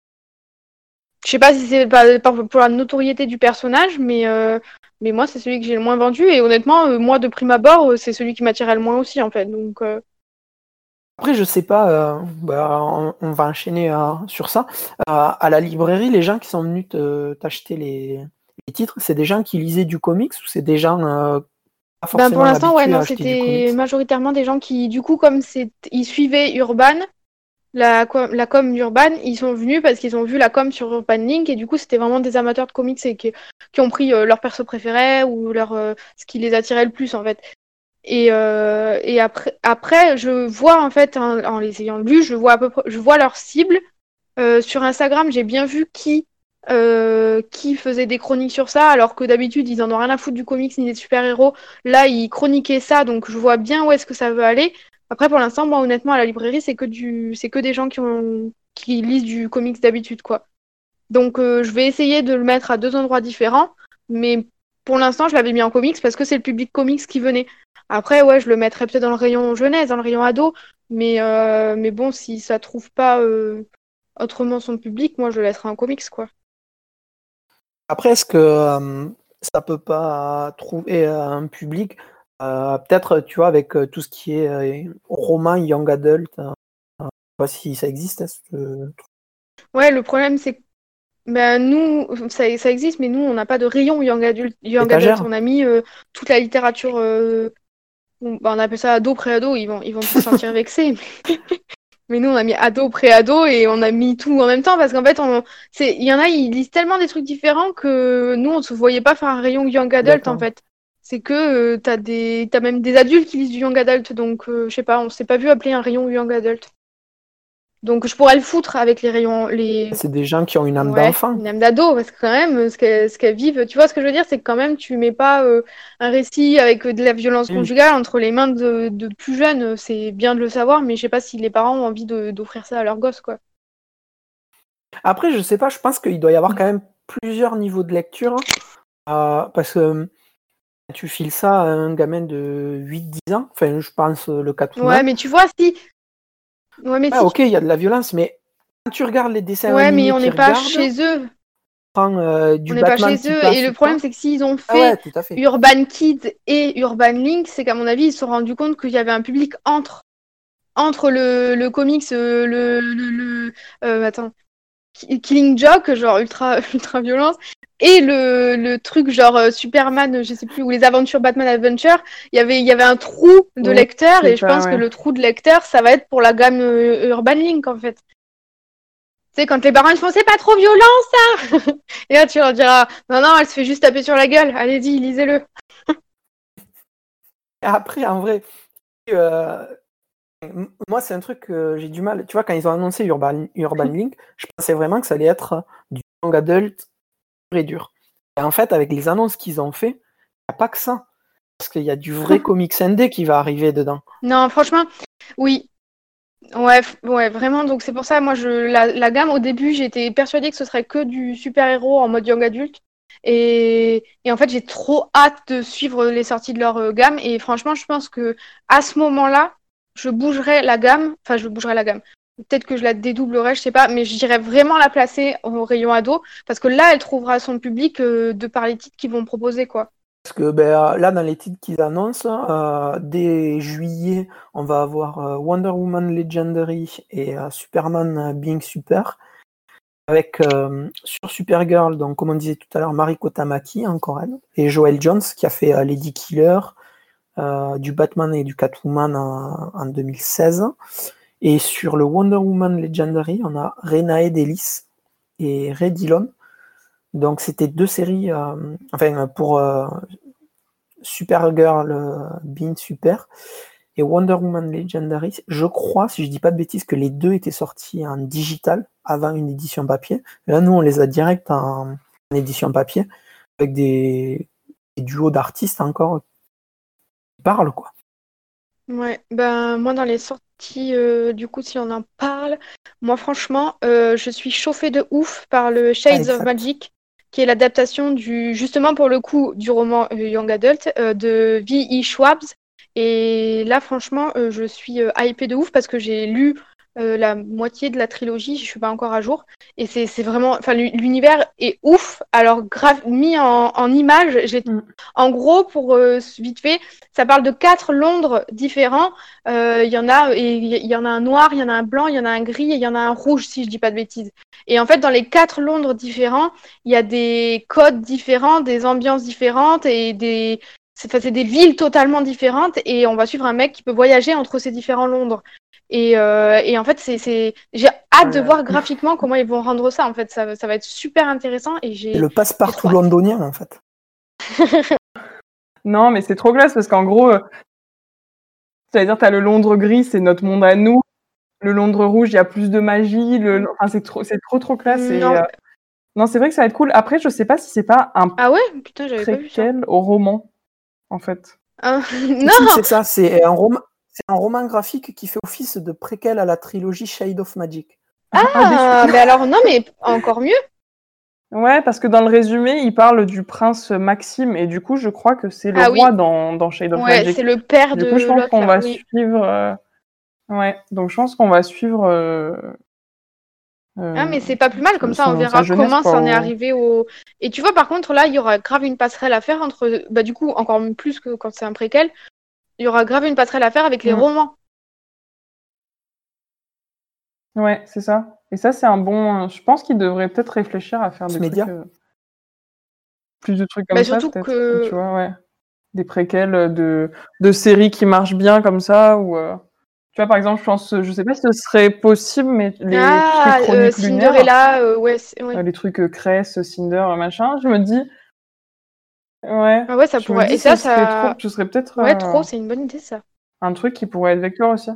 Je sais pas si c'est pour la notoriété du personnage, mais moi, c'est celui que j'ai le moins vendu. Et honnêtement, moi, de prime abord, c'est celui qui m'attirait le moins aussi, en fait. Donc, Après, je sais pas, on va enchaîner sur ça. À la librairie, les gens qui sont venus t'acheter les titres, c'est des gens qui lisaient du comics ou c'est des gens pas forcément pour l'instant, ouais, habitués à non, acheter du c'était comics? majoritairement des gens qui, du coup, comme ils suivaient Urban, la com d'Urban, ils sont venus parce qu'ils ont vu la com sur Urban Link et du coup, c'était vraiment des amateurs de comics et qui ont pris leur perso préféré ou ce qui les attirait le plus, en fait. Et après, je vois en fait, en les ayant lus, je vois leur cible. Sur Instagram, j'ai bien vu qui faisait des chroniques sur ça, alors que d'habitude, ils en ont rien à foutre du comics ni des super-héros. Là, ils chroniquaient ça, donc je vois bien où est-ce que ça veut aller. Après, pour l'instant, moi, honnêtement, à la librairie, c'est que des gens qui lisent du comics d'habitude, quoi. Donc, je vais essayer de le mettre à 2 endroits différents, mais pour l'instant, je l'avais mis en comics parce que c'est le public comics qui venait. Après, ouais, je le mettrais peut-être dans le rayon jeunesse, dans le rayon ado, mais bon, si ça trouve pas autrement son public, moi, je le laisserai en comics, quoi. Après, est-ce que ça peut pas trouver un public, peut-être, tu vois, avec tout ce qui est roman young adult, je sais pas si ça existe, Ouais, le problème, c'est que nous, ça existe, mais nous, on n'a pas de rayon young adult. Étagère. On a mis toute la littérature, on appelle ça ado, pré-ado, ils vont se sentir vexés. Mais nous, on a mis ado, pré-ado et on a mis tout en même temps parce qu'en fait, il y en a, ils lisent tellement des trucs différents que nous, on se voyait pas faire un rayon young adult en fait. C'est que t'as même des adultes qui lisent du young adult, donc je sais pas, on s'est pas vu appeler un rayon young adult. Donc je pourrais le foutre avec les rayons. C'est des gens qui ont une âme Ouais, d'enfant. une âme d'ado, parce que quand même, ce qu'elles vivent, tu vois ce que je veux dire, c'est que quand même, tu mets pas un récit avec de la violence Oui. conjugale entre les mains de plus jeunes, c'est bien de le savoir, mais je sais pas si les parents ont envie d'offrir ça à leurs gosses, quoi. Après, je sais pas, je pense qu'il doit y avoir quand même plusieurs niveaux de lecture, parce que tu files ça à un gamin de 8-10 ans, enfin, je pense le Catwoman. Ouais, mais tu vois, si. Ouais, mais si. Ok, il y a de la violence, mais quand tu regardes les dessins Ouais, mais animés on qu'ils n'est pas regardent, chez eux. du On n'est pas Batman chez qui eux. passe Et ou le problème, quoi. c'est que s'ils ont Ah ouais, fait tout à fait. Urban Kids et Urban Link, c'est qu'à mon avis, ils se sont rendus compte qu'il y avait un public entre le comics, attends, Killing Joke, genre ultra, ultra violence, et le truc genre Superman, je sais plus, ou les aventures Batman Adventure, il y avait un trou de Oui, lecteurs, c'est et je pense ça, que ouais. le trou de lecteurs, ça va être pour la gamme Urban Link, en fait. Tu sais, quand les parents ils font c'est pas trop violent ça et là tu leur diras non, non, elle se fait juste taper sur la gueule, allez-y, lisez-le. Après, en vrai, euh, moi, c'est un truc que j'ai du mal. Tu vois, quand ils ont annoncé Urban Link, je pensais vraiment que ça allait être du young adult pur et dur. Et en fait, avec les annonces qu'ils ont fait, il n'y a pas que ça. Parce qu'il y a du vrai comics indé qui va arriver dedans. Non, franchement, oui. Ouais, ouais, vraiment. Donc c'est pour ça, moi, la gamme, au début, j'étais persuadée que ce serait que du super-héros en mode young adulte. Et en fait, j'ai trop hâte de suivre les sorties de leur gamme. Et franchement, je pense que à ce moment-là, je bougerai la gamme. Enfin, je bougerai la gamme. Peut-être que je la dédoublerai, je sais pas. Mais j'irai vraiment la placer au rayon ado. Parce que là, elle trouvera son public de par les titres qu'ils vont proposer, quoi. Parce que là, dans les titres qu'ils annoncent, dès juillet, on va avoir Wonder Woman Legendary et Superman Being Super. Avec sur Supergirl, donc comme on disait tout à l'heure, Mariko Tamaki, encore elle, et Joel Jones qui a fait Lady Killer, du Batman et du Catwoman en 2016. Et sur le Wonder Woman Legendary, on a Renae Delis et Ray Dillon. Donc c'était 2 séries, pour Supergirl Being Super et Wonder Woman Legendary. Je crois, si je dis pas de bêtises, que les 2 étaient sortis en digital avant une édition papier. Et là, nous, on les a direct en édition papier avec des duos d'artistes encore qui parlent, quoi. Ouais, ben moi dans les sorties, du coup si on en parle, moi franchement, je suis chauffée de ouf par le Ah, Shades of exact. Magic, qui est l'adaptation justement pour le coup du roman Young Adult de V.E. Schwabs. Et là franchement, je suis hypée de ouf parce que j'ai lu la moitié de la trilogie, je suis pas encore à jour. Et c'est vraiment, enfin l'univers est ouf. Alors mis en images, en gros pour vite fait. Ça parle de 4 Londres différents. Il y en a un noir, il y en a un blanc, il y en a un gris et il y en a un rouge, si je dis pas de bêtises. Et en fait, dans les 4 Londres différents, il y a des codes différents, des ambiances différentes et c'est des villes totalement différentes. Et on va suivre un mec qui peut voyager entre ces différents Londres. Et en fait, j'ai hâte de voir graphiquement comment ils vont rendre ça. En fait, ça va être super intéressant et C'est le passe-partout londonien, en fait. Non, mais c'est trop classe parce qu'en gros, c'est-à-dire, t'as le Londres gris, c'est notre monde à nous. Le Londres rouge, il y a plus de magie. Enfin, c'est trop classe. Non. Non, c'est vrai que ça va être cool. Après, je sais pas si c'est pas un Ah ouais? Putain, j'avais pas vu ça. préquel au roman, en fait. Non! Si, c'est ça, c'est un roman graphique qui fait office de préquel à la trilogie Shade of Magic. Ah, mais alors non, mais encore mieux. Ouais, parce que dans le résumé, il parle du prince Maxime et du coup, je crois que c'est le roi dans Shade of Magic. Ouais, c'est le père de l'autre. Du coup, je pense qu'on va oui. suivre. Ouais, donc je pense qu'on va suivre. Ah, mais c'est pas plus mal, comme ça on verra jeunesse, comment quoi, ça en est arrivé au. Et tu vois, par contre, là, il y aura grave une passerelle à faire entre. Bah, du coup, encore plus que quand c'est un préquel, il y aura grave une passerelle à faire avec les romans. Ouais, c'est ça. Et ça, c'est un bon. Je pense qu'il devrait peut-être réfléchir à faire des trucs. Plus de trucs comme ça, peut-être. Tu vois, ouais. Des préquels de séries qui marchent bien comme ça, ou. Tu vois, par exemple, je sais pas si ce serait possible, mais tout ce qui est chroniques lunaires, Cinderella, ouais, les trucs Cress, Cinder, machin, je me dis, ouais, ah ouais, ça pourrait. Et ça, ce serait peut-être ouais, trop, c'est une bonne idée, ça. un truc qui pourrait être vecteur aussi.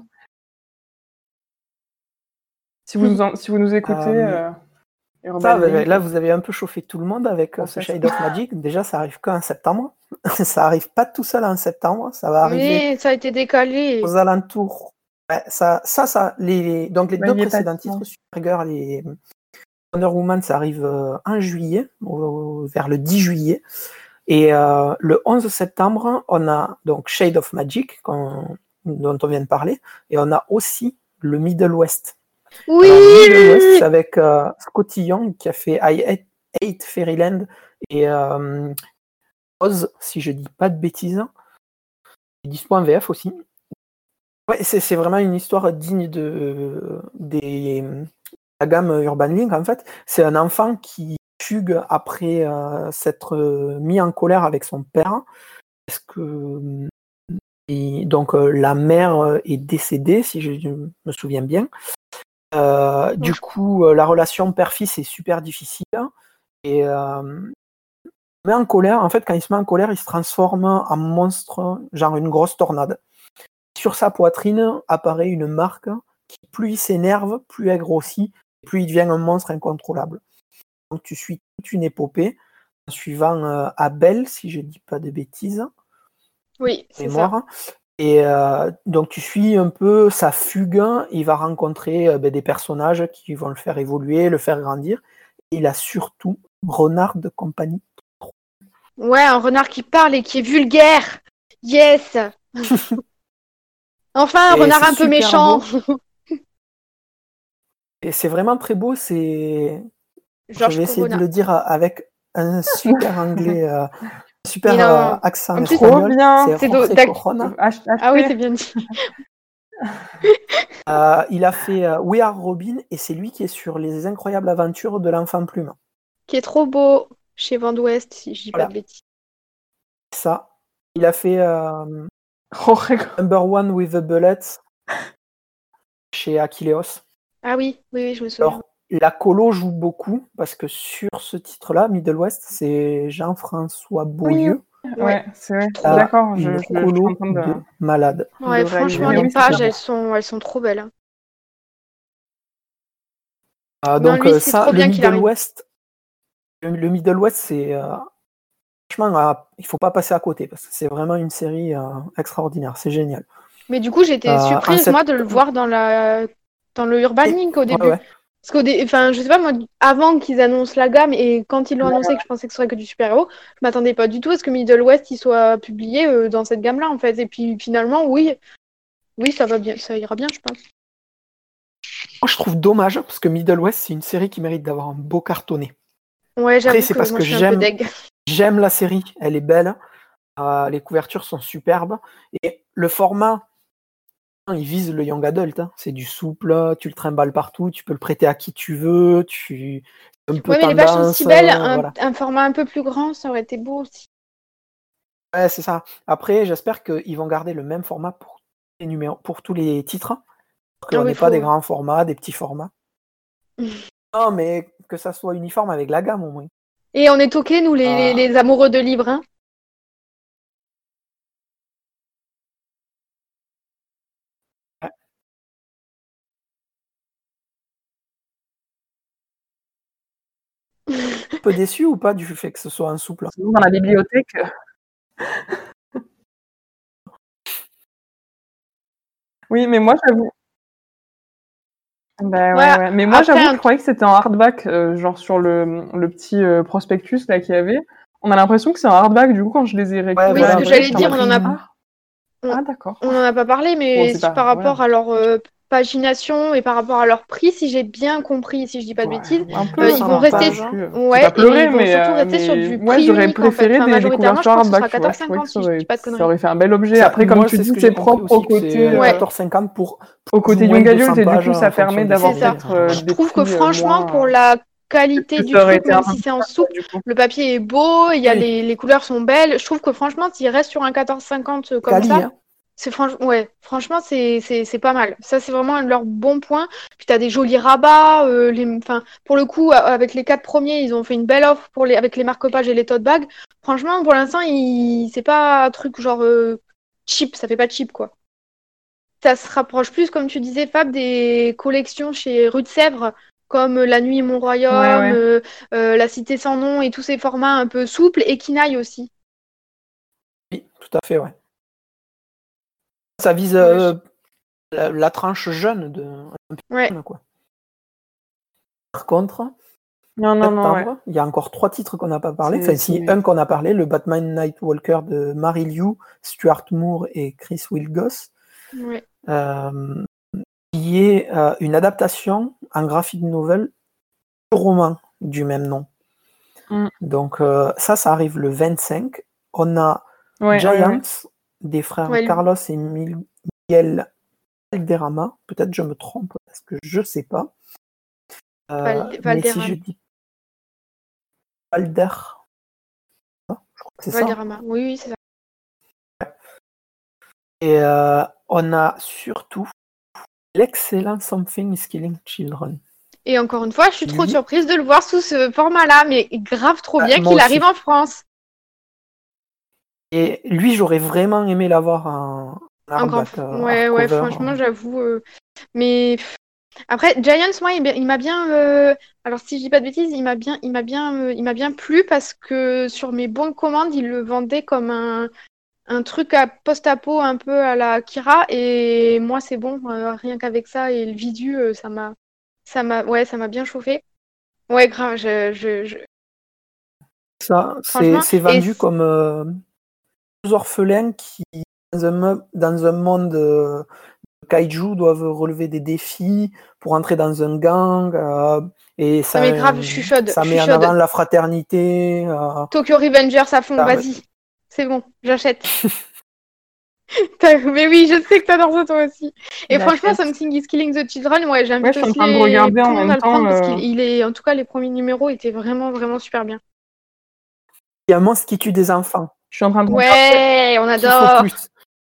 Si vous nous écoutez, là, vous avez un peu chauffé tout le monde avec ce Shade of Magic. Déjà, ça arrive qu'en septembre. Ça arrive pas tout seul en septembre. Ça va arriver. Mais ça a été décalé. Aux alentours. Ouais, donc les 2 précédents titres, Supergirl et Wonder Woman, ça arrive en juillet, vers le 10 juillet. Et le 11 septembre, on a donc Shade of Magic, dont on vient de parler, et on a aussi le Middle West. Oui! Alors, le Middle West, c'est avec Scotty Young qui a fait I Hate Fairyland et Oz, si je dis pas de bêtises. Il dispo en VF aussi. Ouais, c'est vraiment une histoire digne de la gamme Urban Link, en fait. C'est un enfant qui fugue après s'être mis en colère avec son père parce que donc la mère est décédée, si je me souviens bien. Du coup, la relation père-fils est super difficile et met en colère. En fait, quand il se met en colère, il se transforme en monstre, genre une grosse tornade. Sur sa poitrine apparaît une marque qui, plus il s'énerve, plus elle grossit, plus il devient un monstre incontrôlable. Donc tu suis toute une épopée en suivant Abel, si je ne dis pas de bêtises. Oui, c'est ça. mémoire. Et donc tu suis un peu sa fugue, il va rencontrer des personnages qui vont le faire évoluer, le faire grandir. Il a surtout Renard de compagnie. Ouais, un renard qui parle et qui est vulgaire. Yes. Enfin, un Et renard c'est un peu super méchant. beau. Et c'est vraiment très beau, je Georges vais essayer de Corona. le dire avec un super anglais, super Mais non, accent en plus, Trop espagnol. bien. C'est c'est Jorge d'ac- Corona. Ah oui, c'est bien dit. Il a fait We Are Robin et c'est lui qui est sur Les Incroyables Aventures de l'Enfant Plume. Qui est trop beau chez Vent d'Ouest, si je dis pas Voilà, de bêtises. ça. Il a fait Jorge. Number One with the Bullets chez Achilleos. Ah oui, oui, je me souviens. Alors, la colo joue beaucoup parce que sur ce titre-là, Middle West, c'est Jean-François Beaulieu. Ouais, c'est vrai. Trop D'accord, je Une suis colo en train de malade. Ouais, réaliser. franchement, Mais les oui, c'est pages, super. elles sont trop belles. Hein. Non, Donc lui, c'est ça, trop le bien qu'il Middle arrive. West, le Middle West, c'est franchement, il faut pas passer à côté parce que c'est vraiment une série extraordinaire. C'est génial. Mais du coup, j'étais En surprise, moi, de le septembre, voir dans le Urban Link au début. ouais. Parce enfin, je sais pas, moi, avant qu'ils annoncent la gamme et quand ils l'ont annoncé que je pensais que ce serait que du super-héros, je m'attendais pas du tout à ce que Middle West il soit publié dans cette gamme-là, en fait. Et puis finalement, oui, ça va bien, ça ira bien, je pense. Moi, je trouve dommage parce que Middle West, c'est une série qui mérite d'avoir un beau cartonné. Ouais, Après, j'avoue c'est que parce moi, que je suis un peu deg. j'aime la série, elle est belle, les couvertures sont superbes et le format, il vise le young adult. Hein. C'est du souple, tu le trimbales partout, tu peux le prêter à qui tu veux, tu un peu Ouais, mais les pages sont si tendance, belles, voilà. un format un peu plus grand, ça aurait été beau aussi. Ouais, c'est ça. Après, j'espère qu'ils vont garder le même format pour les numéros, pour tous les titres, Ah qu'on oui, n'ait pas des faut. grands formats, des petits formats. Non, mais que ça soit uniforme avec la gamme au moins. Et on est toqués, nous, Euh, les amoureux de livres, hein. un peu déçu ou pas du fait que ce soit un souple? Sinon, dans la bibliothèque. Oui, mais moi, j'avoue. Bah Ouais, ouais. Mais moi, après, j'avoue que je croyais que c'était en hardback, genre sur le petit prospectus là qu'il y avait. On a l'impression que c'est en hardback, du coup, quand je les ai Ouais, oui, récupérés ce voilà, que un peu, j'allais j'étais en dire, mode, ah d'accord. on en a pas parlé, Bon, mais c'est pas, par rapport voilà. à leur pagination et par rapport à leur prix, si j'ai bien compris, si je dis pas de Ouais, bêtises, un peu, ils vont Sans enfin, pas rester, non page. plus. C'est ouais, pas et ils pleurer, vont surtout rester sur mais du ouais, prix j'aurais unique en fait. préféré Enfin, des majoritairement, je couvertures crois que ce hardback, sera tu vois. Je trouvais 14,50 que si je dis pas de ça conneries. aurait fait un bel objet. Ça, Après, comme moi, tu c'est dis, ce que c'est j'ai compris propre au aussi, que c'est côté, Ouais. 14,50 pour au côté moins young de adulte, 200 et du pages coup, ça en permet fonction des d'avoir C'est ça. séries. peut-être Je des trouve que prix franchement, pour moins. la qualité Que du ça aurait truc, été un même peu si plus c'est en cher, quoi, souple, du coup. le papier est beau, il y a Oui, les couleurs sont belles. Je trouve que franchement, s'il reste sur un 14,50 comme quali, ça, hein. ouais, franchement, c'est pas mal. Ça, c'est vraiment leur bon point. Puis t'as des jolis rabats. Enfin, pour le coup, avec les 4 premiers, ils ont fait une belle offre avec les marque-pages et les tote bags. Franchement, pour l'instant, c'est pas un truc genre cheap. Ça fait pas cheap, quoi. Ça se rapproche plus, comme tu disais, Fab, des collections chez Rue de Sèvres, comme La Nuit et Mon Ouais, Royaume, ouais. La Cité sans nom et tous ces formats un peu souples, et Kinaï aussi. Oui, tout à fait, ouais. Ça vise Ouais, la tranche jeune ouais. quoi. Par contre, Non, ouais. septembre, il y a encore 3 titres qu'on n'a pas parlé. C'est, Enfin, si, un qu'on a parlé, le Batman Nightwalker de Mary Liu, Stuart Moore et Chris Wilgos, Ouais. qui est une adaptation en graphic novel du roman du même nom. Donc ça arrive le 25. On a Ouais, Giants ouais. des frères Ouais, Carlos et Miguel Valderrama. Peut-être je me trompe parce que je sais pas. Mais si je Valderrama. dis Valder, je crois que c'est ça. Valderrama. Oui, oui, c'est ça. Et on a surtout l'excellent Something is Killing Children. Et encore une fois, je suis trop Lui, surprise de le voir sous ce format-là, mais grave trop bien moi qu'il arrive aussi. en France. Et lui, j'aurais vraiment aimé l'avoir en hardback, Ouais, hardcover. franchement, j'avoue. Mais après, Giants, moi, il m'a bien. Alors, si je dis pas de bêtises, il m'a bien plu parce que sur mes bons de commande, il le vendait comme un truc à post-apo un peu à la Kira, et moi c'est bon, rien qu'avec ça et le visu, ça m'a bien chauffé. Ouais, grave, Ça, franchement, c'est vendu comme deux orphelins qui, dans un monde kaiju, doivent relever des défis pour entrer dans un gang, et non mais grave, je suis chaude, ça je suis met en avant chaude. la fraternité. Tokyo Revengers à fond, Ça- vas-y. C'est bon, j'achète. Mais oui, je sais que t'adores ça toi aussi. Et Il franchement, achète. Something is Killing the Children, ouais, Ouais, j'invite je suis en aussi train de regarder tout en le monde même à le temps. prendre parce qu'il est, en tout cas, les premiers numéros étaient vraiment, vraiment super bien. Il y a un monstre qui tue des enfants. Je suis en train de regarder. Ouais, on Qu'il faut adore. plus.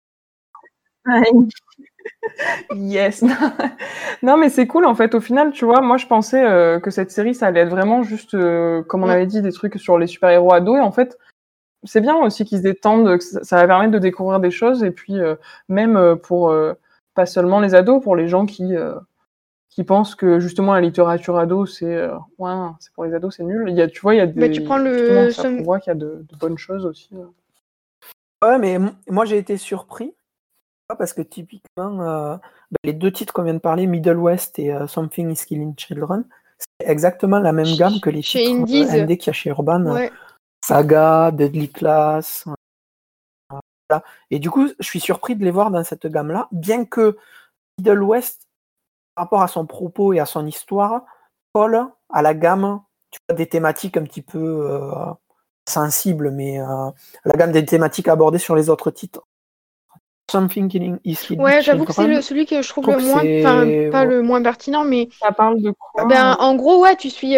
Yes. Non, mais c'est cool en fait. Au final, tu vois, moi je pensais que cette série ça allait être vraiment juste, comme on avait dit, des trucs sur les super-héros ados. Et en fait, c'est bien aussi qu'ils se détendent, que ça va permettre de découvrir des choses. Et puis, même pour pas seulement les ados, pour les gens qui pensent que justement la littérature ado, ouais, c'est pour les ados, c'est nul. Tu vois, il y a Bah, tu prends justement, ça prouve qu'il y a de bonnes choses aussi. Ouais, mais moi j'ai été surpris parce que typiquement, les deux titres qu'on vient de parler, Middle West et Something is Killing Children, c'est exactement la même gamme que les Chez titres Indies. indés qu'il y a chez Urban, Ouais. Saga, Deadly Class. Voilà. Et du coup, je suis surpris de les voir dans cette gamme-là, bien que Middle West, par rapport à son propos et à son histoire, colle à la gamme, tu vois, des thématiques un petit peu sensibles, mais la gamme des thématiques abordées sur les autres titres. Something is Killing Ouais, j'avoue que Children, c'est celui que je je trouve trouve le que moins, enfin, c'est... pas le moins pertinent, mais Ça parle de quoi? ben, en gros, ouais, tu suis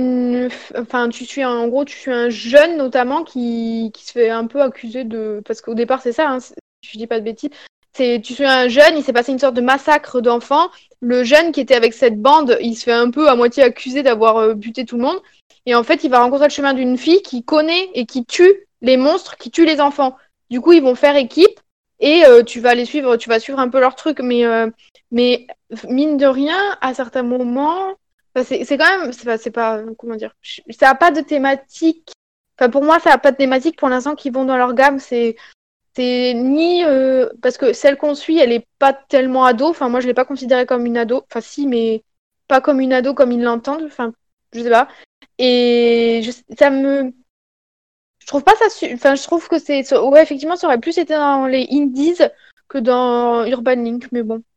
tu suis un jeune notamment qui se fait un peu accuser de, parce qu'au départ c'est ça, hein, je dis pas de bêtises, tu suis un jeune, il s'est passé une sorte de massacre d'enfants. Le jeune qui était avec cette bande, il se fait un peu à moitié accuser d'avoir buté tout le monde, et en fait, il va rencontrer le chemin d'une fille qui connaît et qui tue les monstres, qui tue les enfants. Du coup, ils vont faire équipe et tu vas suivre un peu leur truc, mais mine de rien, à certains moments. Enfin, c'est quand même, c'est pas, comment dire, ça a pas de thématique. Enfin, pour moi, ça a pas de thématique pour l'instant qui vont dans leur gamme. C'est ni parce que celle qu'on suit, elle est pas tellement ado. Enfin, moi, je l'ai pas considérée comme une ado. Enfin, si, mais pas comme une ado comme ils l'entendent. Enfin, je sais pas. Et je trouve pas ça. Enfin, je trouve que ouais, effectivement, ça aurait plus été dans les indies que dans Urban Link. Mais bon.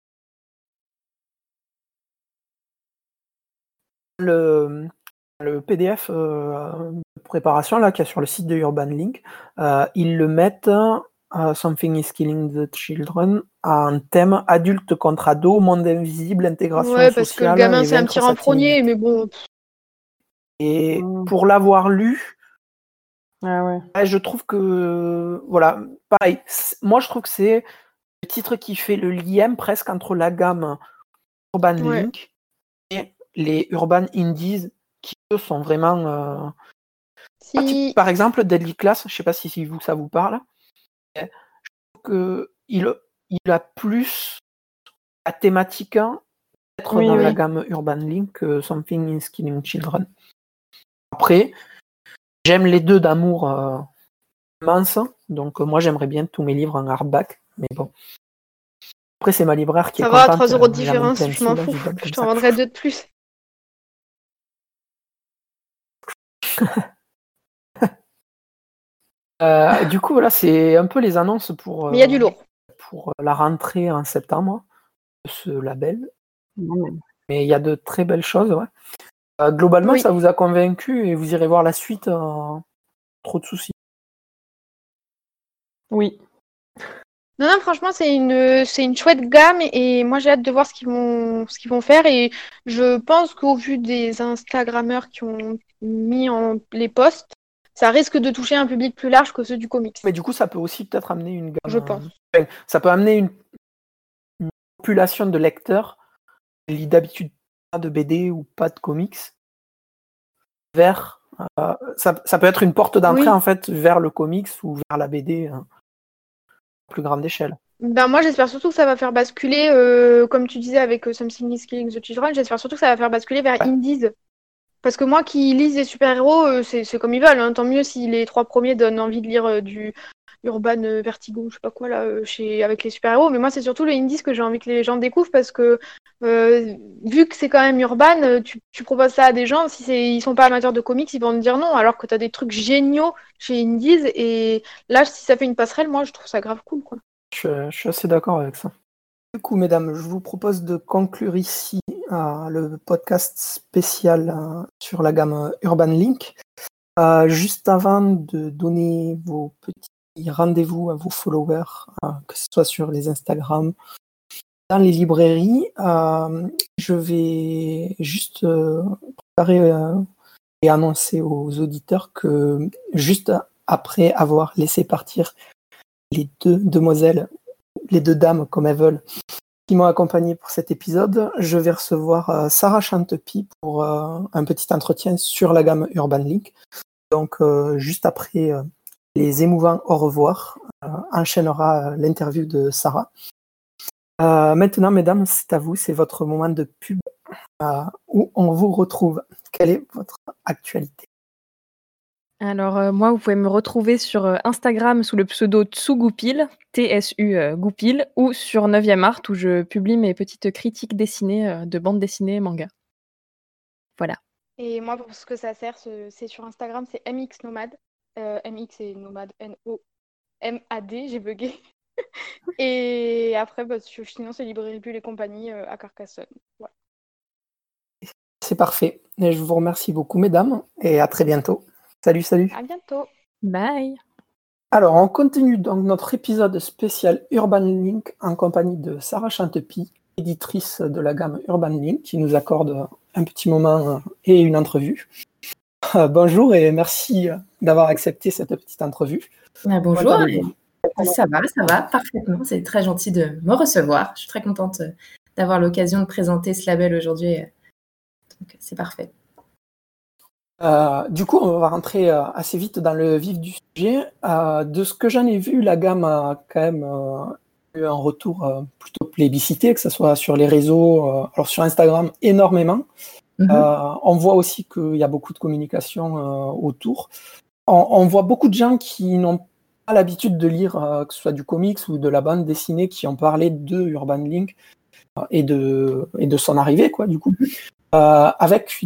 Le PDF de préparation là qu'il y a sur le site de Urban Link, ils le mettent Something is Killing the Children en thème adulte contre ado, monde invisible, intégration Ouais, parce que le sociale gamin, et c'est un vaincre petit sa renfrogné, timidité. mais bon. Et pour l'avoir lu, Ah ouais. je trouve que voilà, pareil. Moi, je trouve que c'est le titre qui fait le lien presque entre la gamme Urban Ouais. Link et les Urban Indies qui eux sont vraiment Si. par exemple, Deadly Class, je ne sais pas si ça vous parle, je trouve qu'il a plus la thématique être dans la gamme Urban Link que Something is Killing Children. Après, j'aime les deux d'amour immense, donc moi j'aimerais bien tous mes livres en hardback, mais bon. Après, c'est ma libraire qui Ça est va, contente, 3 euros de elle amène différence, plein de je m'en sous, fous. je lui donne Je comme t'en ça. vendrai 2 de plus. Du coup, voilà, c'est un peu les annonces Mais il y a du lourd. pour la rentrée en septembre de ce label. Non, Mais il y a de très belles choses, ouais. Globalement, Oui. ça vous a convaincu et vous irez voir la suite trop de soucis. Oui. Non, franchement, c'est une chouette gamme et moi j'ai hâte de voir ce qu'ils vont faire, et je pense qu'au vu des Instagrammeurs qui ont mis les posts, ça risque de toucher un public plus large que ceux du comics. Mais du coup, ça peut aussi peut-être amener une gamme. Je pense. Ça peut amener une population de lecteurs qui lit d'habitude pas de BD ou pas de comics vers. Ça peut être une porte d'entrée en fait vers le comics ou vers la BD à plus grande échelle. Ben moi j'espère surtout que ça va faire basculer, comme tu disais avec Something is Killing the Children, j'espère surtout que ça va faire basculer vers Indies. Parce que moi qui lise des super-héros, c'est comme ils veulent, hein. Tant mieux si les 3 premiers donnent envie de lire Urban Vertigo, je sais pas quoi là, avec les super-héros. Mais moi, c'est surtout les indies que j'ai envie que les gens découvrent parce que vu que c'est quand même Urban, tu proposes ça à des gens, si ils sont pas amateurs de comics, ils vont te dire non, alors que tu as des trucs géniaux chez Indies. Et là, si ça fait une passerelle, moi, je trouve ça grave cool, quoi. Je suis assez d'accord avec ça. Du coup, mesdames, je vous propose de conclure ici le podcast spécial sur la gamme Urban Link. Juste avant de donner vos petits rendez-vous à vos followers, que ce soit sur les Instagram, dans les librairies, je vais juste préparer et annoncer aux auditeurs que juste après avoir laissé partir les deux demoiselles, les deux dames comme elles veulent, qui m'ont accompagné pour cet épisode, je vais recevoir Sarah Chantepie pour un petit entretien sur la gamme Urban Link. Donc, juste après les émouvants au revoir, enchaînera l'interview de Sarah. Maintenant, mesdames, c'est à vous, c'est votre moment de pub où on vous retrouve. Quelle est votre actualité? Alors, moi, vous pouvez me retrouver sur Instagram sous le pseudo Tsugoupil, TSU Goupil, ou sur 9e Art où je publie mes petites critiques dessinées de bande dessinée et manga. Voilà. Et moi, pour ce que ça sert, c'est sur Instagram, c'est MX Nomade. MX et Nomade, Nomad, j'ai bugué. Et après, sinon, c'est Librairie Bulle et compagnie à Carcassonne. Voilà. C'est parfait. Et je vous remercie beaucoup, mesdames, et à très bientôt. Salut, salut. À bientôt. Bye. Alors, on continue donc notre épisode spécial Urban Link en compagnie de Sarah Chantepie, éditrice de la gamme Urban Link, qui nous accorde un petit moment et une entrevue. Bonjour et merci d'avoir accepté cette petite entrevue. Bonjour, ça va parfaitement. C'est très gentil de me recevoir. Je suis très contente d'avoir l'occasion de présenter ce label aujourd'hui. Donc, c'est parfait. Du coup, on va rentrer assez vite dans le vif du sujet. De ce que j'en ai vu, la gamme a quand même eu un retour plutôt plébiscité, que ce soit sur les réseaux, alors sur Instagram énormément. On voit aussi qu'il y a beaucoup de communication autour. On voit beaucoup de gens qui n'ont pas l'habitude de lire, que ce soit du comics ou de la bande dessinée, qui ont parlé de Urban Link et de son arrivée, quoi, du coup. Avec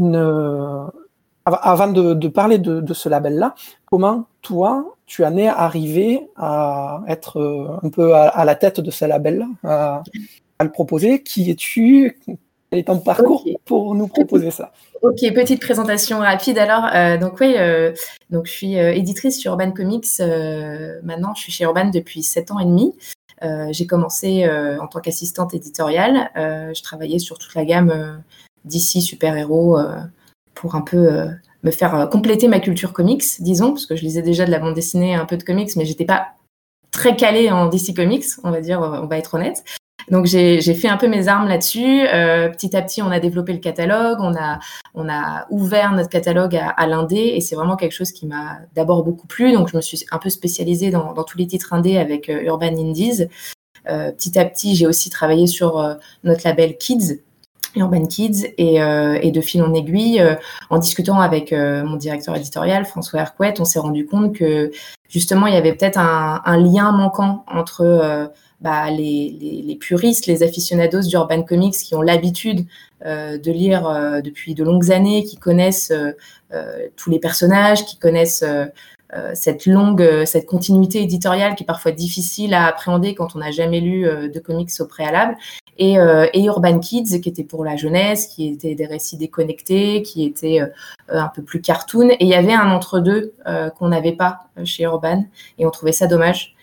avant de parler de ce label-là, comment toi, tu en es arrivé à être un peu à la tête de ce label-là, à le proposer? Qui es-tu? Quel est ton parcours pour nous proposer ça? Ok, petite présentation rapide alors. Donc je suis éditrice sur Urban Comics. Maintenant, je suis chez Urban depuis 7 ans et demi. J'ai commencé en tant qu'assistante éditoriale. Je travaillais sur toute la gamme DC super-héros pour un peu me faire compléter ma culture comics, disons, parce que je lisais déjà de la bande dessinée, un peu de comics, mais j'étais pas très calée en DC Comics, on va dire, on va être honnête. Donc j'ai fait un peu mes armes là-dessus. Petit à petit, on a développé le catalogue, on a ouvert notre catalogue à l'indé, et c'est vraiment quelque chose qui m'a d'abord beaucoup plu. Donc je me suis un peu spécialisée dans tous les titres indés avec Urban Indies. Petit à petit, j'ai aussi travaillé sur notre label Kids, Urban Kids, et de fil en aiguille, en discutant avec mon directeur éditorial, François Hercouet, on s'est rendu compte que justement, il y avait peut-être un lien manquant entre les puristes, les aficionados d'Urban Comics qui ont l'habitude de lire depuis de longues années, qui connaissent tous les personnages, qui connaissent cette continuité éditoriale qui est parfois difficile à appréhender quand on n'a jamais lu de comics au préalable, et Urban Kids qui était pour la jeunesse, qui était des récits déconnectés, qui était un peu plus cartoon, et il y avait un entre-deux qu'on n'avait pas chez Urban, et on trouvait ça dommage.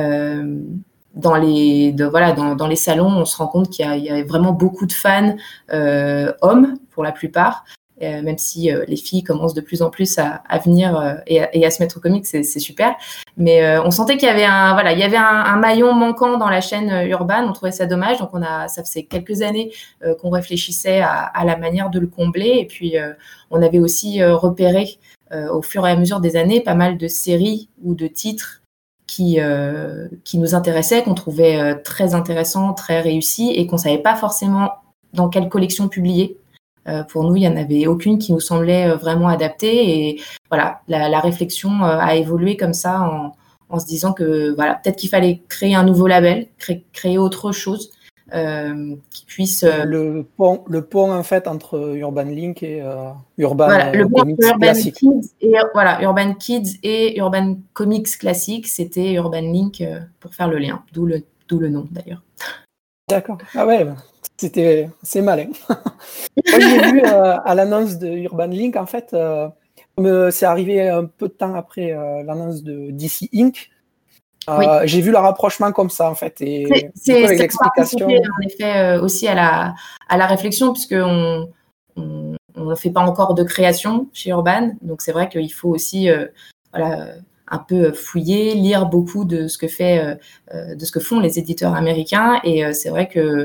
Dans les salons, on se rend compte qu'il y a vraiment beaucoup de fans hommes pour la plupart, même si les filles commencent de plus en plus à venir et à se mettre au comics, c'est super. Mais on sentait qu'il y avait un maillon manquant dans la chaîne Urban. On trouvait ça dommage, donc ça faisait quelques années qu'on réfléchissait à la manière de le combler. Et puis on avait aussi repéré au fur et à mesure des années pas mal de séries ou de titres qui nous intéressaient, qu'on trouvait très intéressants, très réussis, et qu'on savait pas forcément dans quelle collection publier. Pour nous, il n'y en avait aucune qui nous semblait vraiment adaptée, et voilà, la réflexion a évolué comme ça en se disant que voilà, peut-être qu'il fallait créer un nouveau label, créer autre chose qui puisse. Le pont en fait entre Urban Link et Urban voilà, le pont Comics entre Urban classique. Kids et Urban Kids et Urban Comics classique, c'était Urban Link pour faire le lien, d'où le nom d'ailleurs. D'accord. Ah ouais, c'est malin. Moi, j'ai vu à l'annonce de Urban Link, en fait, c'est arrivé un peu de temps après l'annonce de DC Inc. Oui. J'ai vu le rapprochement comme ça, en fait. Et du coup, avec l'explication. En effet, aussi à la réflexion, puisqu'on ne fait pas encore de création chez Urban. Donc, c'est vrai qu'il faut aussi un peu fouiller, lire beaucoup de ce que font les éditeurs américains. Et c'est vrai que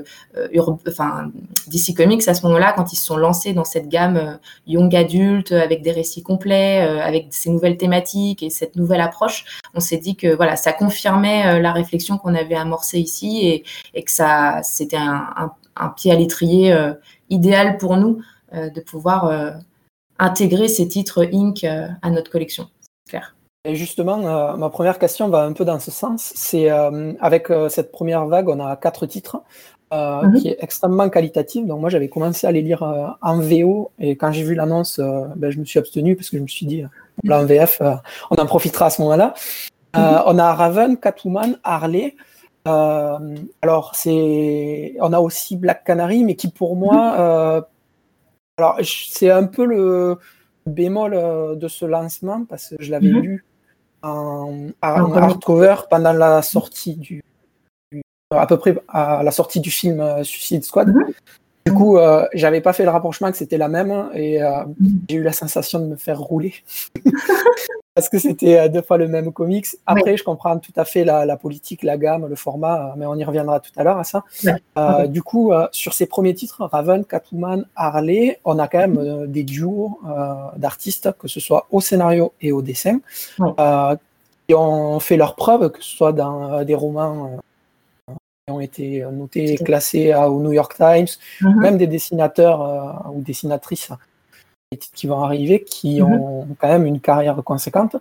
DC Comics, à ce moment-là, quand ils se sont lancés dans cette gamme young adulte, avec des récits complets, avec ces nouvelles thématiques et cette nouvelle approche, on s'est dit que voilà, ça confirmait la réflexion qu'on avait amorcée ici et que c'était un pied à l'étrier idéal pour nous de pouvoir intégrer ces titres Inc. À notre collection. C'est clair. Et justement, ma première question va un peu dans ce sens. C'est avec cette première vague, on a 4 titres qui est extrêmement qualitatif. Donc moi, j'avais commencé à les lire en VO et quand j'ai vu l'annonce, je me suis abstenu parce que je me suis dit, là en VF, on en profitera à ce moment-là. On a Raven, Catwoman, Harley. Alors on a aussi Black Canary, mais qui pour moi, alors c'est un peu le bémol de ce lancement parce que je l'avais lu en hardcover pendant la sortie à peu près à la sortie du film Suicide Squad. Du coup, j'avais pas fait le rapprochement que c'était la même et j'ai eu la sensation de me faire rouler parce que c'était 2 fois le même comics. Après, je comprends tout à fait la politique, la gamme, le format, mais on y reviendra tout à l'heure à ça. Du coup, sur ces premiers titres, Raven, Catwoman, Harley, on a quand même des duos d'artistes, que ce soit au scénario et au dessin, qui ont fait leurs preuves, que ce soit dans des romans qui ont été notés, classés au New York Times, même des dessinateurs ou dessinatrices qui vont arriver, qui ont quand même une carrière conséquente.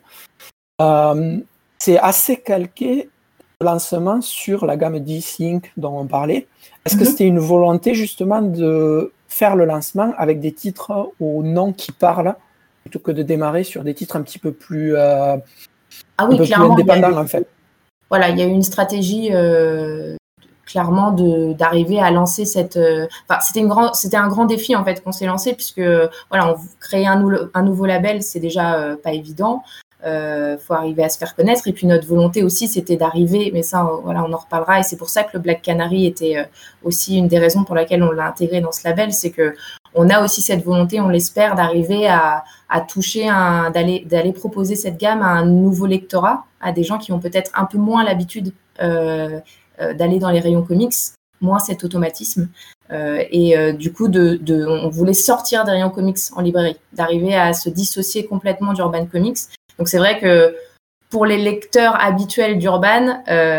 C'est assez calqué le lancement sur la gamme DC Inc. dont on parlait. Est-ce que c'était une volonté justement de faire le lancement avec des titres au nom qui parlent plutôt que de démarrer sur des titres un petit peu plus, plus indépendants en fait? Voilà, il y a eu une stratégie clairement d'arriver à lancer cette. C'était un grand défi en fait qu'on s'est lancé puisque voilà, créer un nouveau label, c'est déjà pas évident. Faut arriver à se faire connaître et puis notre volonté aussi c'était d'arriver, mais ça voilà, on en reparlera et c'est pour ça que le Black Canary était aussi une des raisons pour laquelle on l'a intégré dans ce label, c'est que on a aussi cette volonté, on l'espère, d'arriver à toucher, d'aller proposer cette gamme à un nouveau lectorat, à des gens qui ont peut-être un peu moins l'habitude d'aller dans les rayons comics, moins cet automatisme. Du coup, on voulait sortir des rayons comics en librairie, d'arriver à se dissocier complètement d'Urban Comics. Donc c'est vrai que pour les lecteurs habituels d'Urban,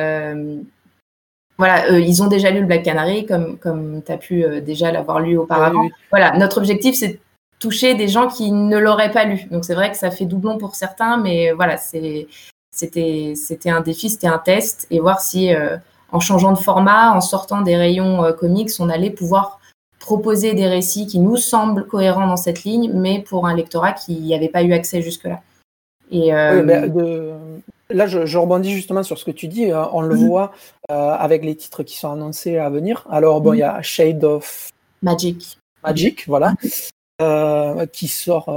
ils ont déjà lu le Black Canary, comme tu as pu déjà l'avoir lu auparavant. Oui. Voilà, notre objectif, c'est de toucher des gens qui ne l'auraient pas lu. Donc c'est vrai que ça fait doublon pour certains, mais voilà, c'était un défi, c'était un test, et voir si en changeant de format, en sortant des rayons comics, on allait pouvoir proposer des récits qui nous semblent cohérents dans cette ligne, mais pour un lectorat qui n'y avait pas eu accès jusque-là. Et là, je rebondis justement sur ce que tu dis. On le voit avec les titres qui sont annoncés à venir. Alors, il y a Shade of Magic, voilà, qui sort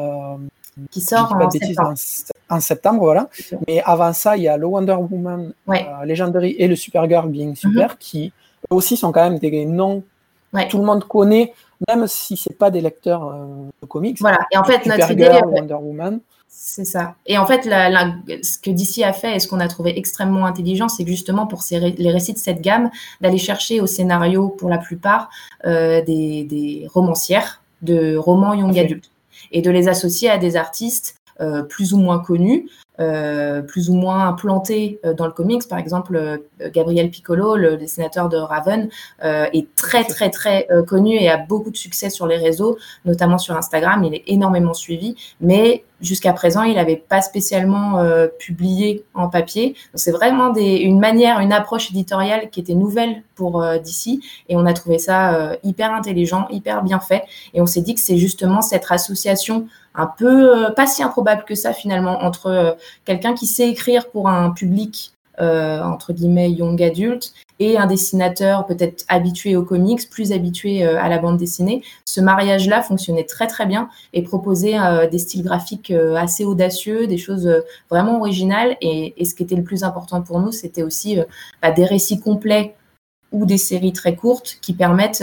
en septembre, voilà. Mais avant ça, il y a le Wonder Woman Legendary et le Supergirl Being Super, qui aussi sont quand même des noms que tout le monde connaît, même si c'est pas des lecteurs de comics. Voilà. Et en fait, notre idée, Wonder Woman. C'est ça. Et en fait, ce que DC a fait et ce qu'on a trouvé extrêmement intelligent, c'est que justement pour les récits de cette gamme, d'aller chercher au scénario, pour la plupart, des romancières de romans young adultes et de les associer à des artistes plus ou moins connus plus ou moins implanté dans le comics. Par exemple, Gabriel Piccolo, le dessinateur de Raven, est très très très connu et a beaucoup de succès sur les réseaux, notamment sur Instagram. Il est énormément suivi, mais jusqu'à présent, il n'avait pas spécialement publié en papier. Donc, c'est vraiment une approche éditoriale qui était nouvelle pour DC, et on a trouvé ça hyper intelligent, hyper bien fait, et on s'est dit que c'est justement cette association un peu pas si improbable que ça finalement entre quelqu'un qui sait écrire pour un public entre guillemets young adulte et un dessinateur peut-être habitué aux comics, plus habitué à la bande dessinée. Ce mariage-là fonctionnait très très bien et proposait des styles graphiques assez audacieux, des choses vraiment originales, et ce qui était le plus important pour nous, c'était aussi des récits complets ou des séries très courtes qui permettent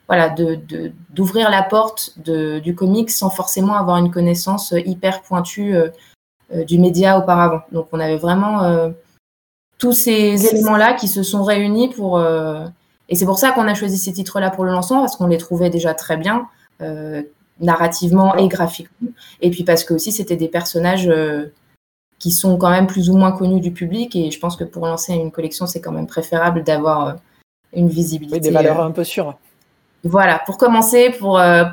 d'ouvrir la porte du comics sans forcément avoir une connaissance hyper pointue du média auparavant. Donc on avait vraiment tous ces éléments-là qui se sont réunis pour... et c'est pour ça qu'on a choisi ces titres-là pour le lancement, parce qu'on les trouvait déjà très bien, narrativement et graphiquement. Et puis parce que aussi c'était des personnages qui sont quand même plus ou moins connus du public, et je pense que pour lancer une collection, c'est quand même préférable d'avoir une visibilité. Oui, des valeurs un peu sûres. Voilà, pour commencer, pour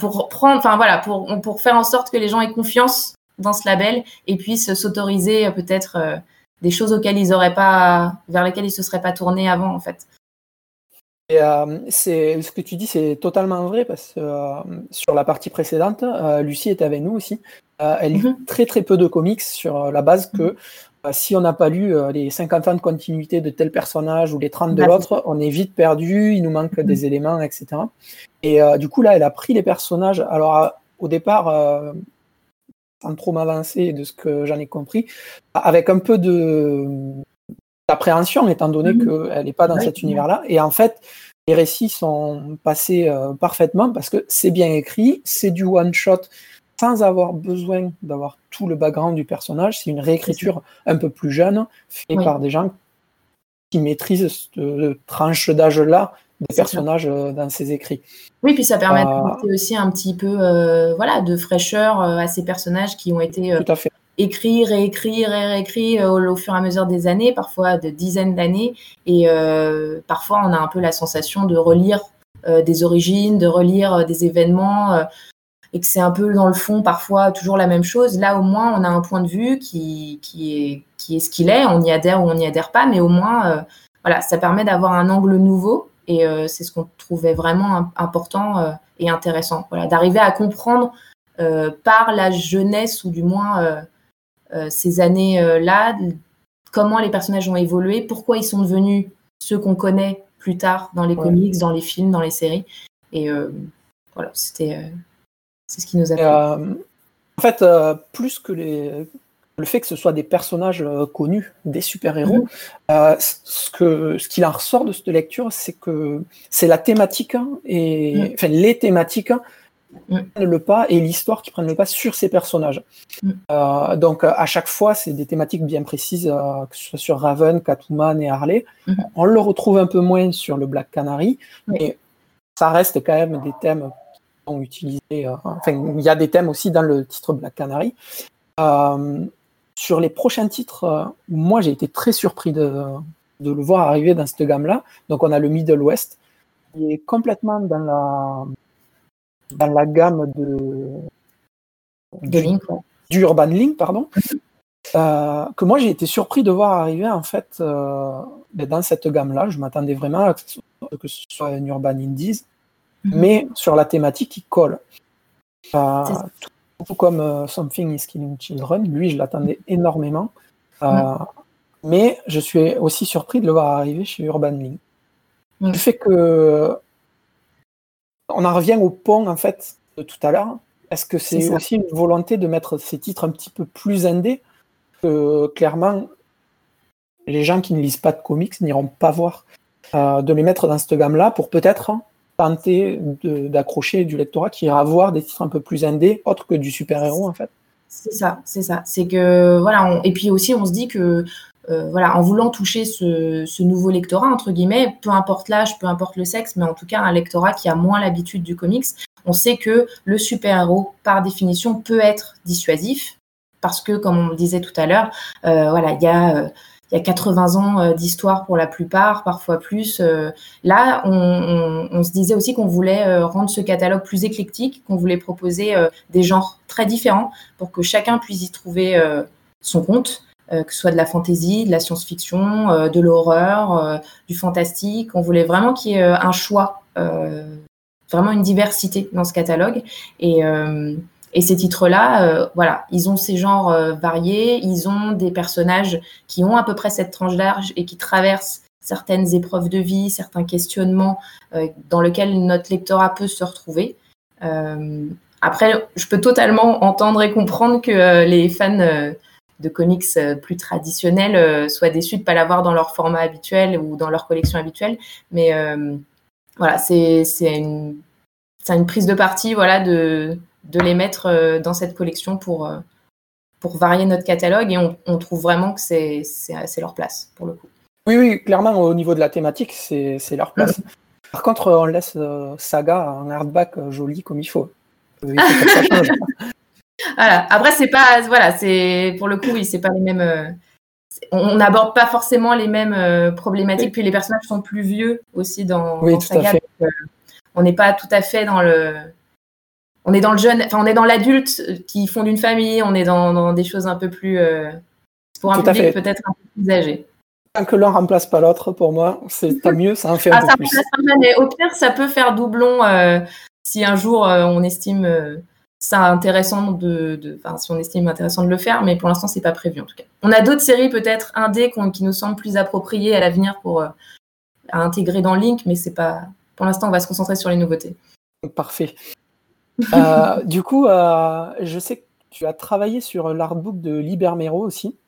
faire en sorte que les gens aient confiance dans ce label et puissent s'autoriser peut-être des choses vers lesquelles ils se seraient pas tournés avant, en fait. Et ce que tu dis, c'est totalement vrai, parce que sur la partie précédente, Lucie était avec nous aussi. Elle lit très très peu de comics, sur la base que si on n'a pas lu les 50 ans de continuité de tel personnage ou les 30 de l'autre, on est vite perdu, il nous manque des éléments, etc. Et du coup, là, elle a pris les personnages. Alors, au départ, sans trop m'avancer de ce que j'en ai compris, avec un peu d'appréhension, étant donné qu'elle n'est pas dans cet univers-là. Et en fait, les récits sont passés parfaitement, parce que c'est bien écrit, c'est du one-shot, sans avoir besoin d'avoir tout le background du personnage. C'est une réécriture un peu plus jeune, faite par des gens qui maîtrisent cette tranche d'âge-là des personnages dans ses écrits. Oui, puis ça permet d'apporter aussi un petit peu de fraîcheur à ces personnages qui ont été tout à fait. Écrits, réécrits au fur et à mesure des années, parfois de dizaines d'années, et parfois on a un peu la sensation de relire des origines, de relire des événements, et que c'est un peu dans le fond parfois toujours la même chose. Là, au moins, on a un point de vue qui est ce qu'il est, on y adhère ou on n'y adhère pas, mais au moins, ça permet d'avoir un angle nouveau, et c'est ce qu'on trouvait vraiment important et intéressant. Voilà, d'arriver à comprendre par la jeunesse, ou du moins ces années-là, comment les personnages ont évolué, pourquoi ils sont devenus ceux qu'on connaît plus tard dans les comics, dans les films, dans les séries. Et c'est ce qui nous a fait. En fait, plus que le fait que ce soit des personnages connus, des super-héros, ce qu'il en ressort de cette lecture, c'est que c'est la thématique, les thématiques qui prennent le pas, et l'histoire qui prennent le pas sur ces personnages. Donc à chaque fois, c'est des thématiques bien précises, que ce soit sur Raven, Catwoman et Harley. On le retrouve un peu moins sur le Black Canary, mais ça reste quand même des thèmes qui sont utilisés. Il y a des thèmes aussi dans le titre Black Canary. Sur les prochains titres, moi j'ai été très surpris de le voir arriver dans cette gamme-là. Donc on a le Middle West, qui est complètement dans la gamme du Urban Link, pardon, que moi j'ai été surpris de voir arriver en fait dans cette gamme-là. Je m'attendais vraiment à que ce soit un Urban Indies, mais sur la thématique qui colle. Tout comme Something is Killing Children, lui je l'attendais énormément, mais je suis aussi surpris de le voir arriver chez Urban Link. Le fait que on en revient au pont en fait de tout à l'heure. Est-ce que c'est aussi une volonté de mettre ces titres un petit peu plus indés, que clairement les gens qui ne lisent pas de comics n'iront pas voir, de les mettre dans cette gamme-là pour peut-être tenter d'accrocher du lectorat qui ira voir des titres un peu plus indés, autres que du super-héros en fait? C'est ça. C'est que et puis aussi on se dit que en voulant toucher ce nouveau lectorat, entre guillemets, peu importe l'âge, peu importe le sexe, mais en tout cas un lectorat qui a moins l'habitude du comics, on sait que le super-héros, par définition, peut être dissuasif, parce que, comme on le disait tout à l'heure, voilà, il y a 80 ans d'histoire pour la plupart, parfois plus. Là, on se disait aussi qu'on voulait rendre ce catalogue plus éclectique, qu'on voulait proposer des genres très différents pour que chacun puisse y trouver son compte, que ce soit de la fantasy, de la science-fiction, de l'horreur, du fantastique. On voulait vraiment qu'il y ait un choix, vraiment une diversité dans ce catalogue. Et ces titres-là, voilà, ils ont ces genres variés, ils ont des personnages qui ont à peu près cette tranche d'âge et qui traversent certaines épreuves de vie, certains questionnements dans lesquels notre lectorat peut se retrouver. Après, je peux totalement entendre et comprendre que les fans de comics plus traditionnels soient déçus de ne pas l'avoir dans leur format habituel ou dans leur collection habituelle. Mais voilà, c'est une prise de parti, voilà, de les mettre dans cette collection pour varier notre catalogue, et on trouve vraiment que c'est leur place, pour le coup. Oui, clairement, au niveau de la thématique, c'est leur place. Par contre, on laisse Saga en hardback joli comme il faut. Il faut que ça change. Voilà. Après, c'est pas, voilà, pour le coup, oui, c'est pas les mêmes. On n'aborde pas forcément les mêmes problématiques. Oui. Puis les personnages sont plus vieux aussi dans Saga. Donc, on n'est pas tout à fait dans le. On est dans le jeune, enfin, on est dans l'adulte qui fonde une famille. On est dans des choses un peu plus pour un public peut-être un peu plus âgé. Tant que l'un remplace pas l'autre, pour moi, c'est pas mieux, ça en fait un peu plus. Mais au pire, ça peut faire doublon si un jour on estime ça intéressant si on estime intéressant de le faire, mais pour l'instant, c'est pas prévu en tout cas. On a d'autres séries peut-être indé qui nous semblent plus appropriées à l'avenir à intégrer dans Link, mais c'est pas. Pour l'instant, on va se concentrer sur les nouveautés. Parfait. Du coup, je sais que tu as travaillé sur l'artbook de Libermero aussi.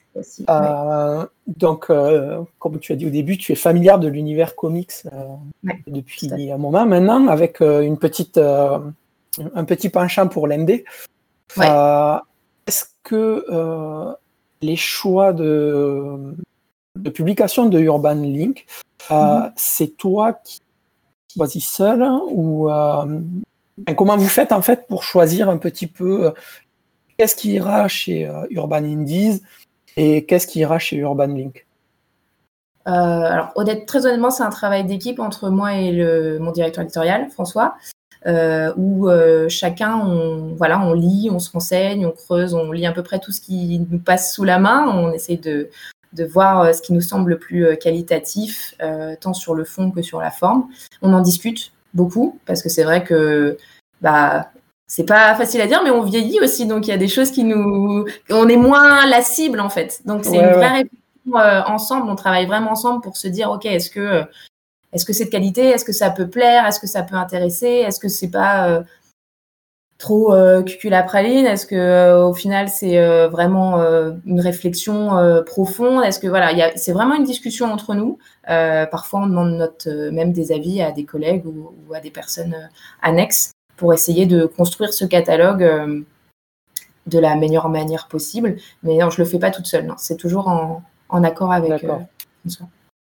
Donc, comme tu as dit au début, tu es familière de l'univers comics depuis un moment maintenant, avec un petit penchant pour l'indé. Est-ce que les choix de publication de Urban Link, c'est toi qui choisis seul, ou comment vous faites en fait pour choisir un petit peu qu'est-ce qui ira chez Urban Indies et qu'est-ce qui ira chez Urban Link? Alors, très honnêtement, c'est un travail d'équipe entre moi et mon directeur éditorial, François, où chacun, on lit, on se renseigne, on creuse, on lit à peu près tout ce qui nous passe sous la main. On essaie de voir ce qui nous semble le plus qualitatif, tant sur le fond que sur la forme. On en discute beaucoup, parce que c'est vrai que c'est pas facile à dire, mais on vieillit aussi, donc il y a des choses on est moins la cible en fait. Donc c'est une vraie réflexion ensemble, on travaille vraiment ensemble pour se dire, ok, est-ce que c'est de qualité, est-ce que ça peut plaire, est-ce que ça peut intéresser, est-ce que c'est pas trop cuculapraline, est-ce que au final c'est vraiment une réflexion profonde, est-ce que c'est vraiment une discussion entre nous. Parfois on demande même des avis à des collègues ou à des personnes annexes, pour essayer de construire ce catalogue de la meilleure manière possible. Mais non, je ne le fais pas toute seule. Non. C'est toujours en accord avec François.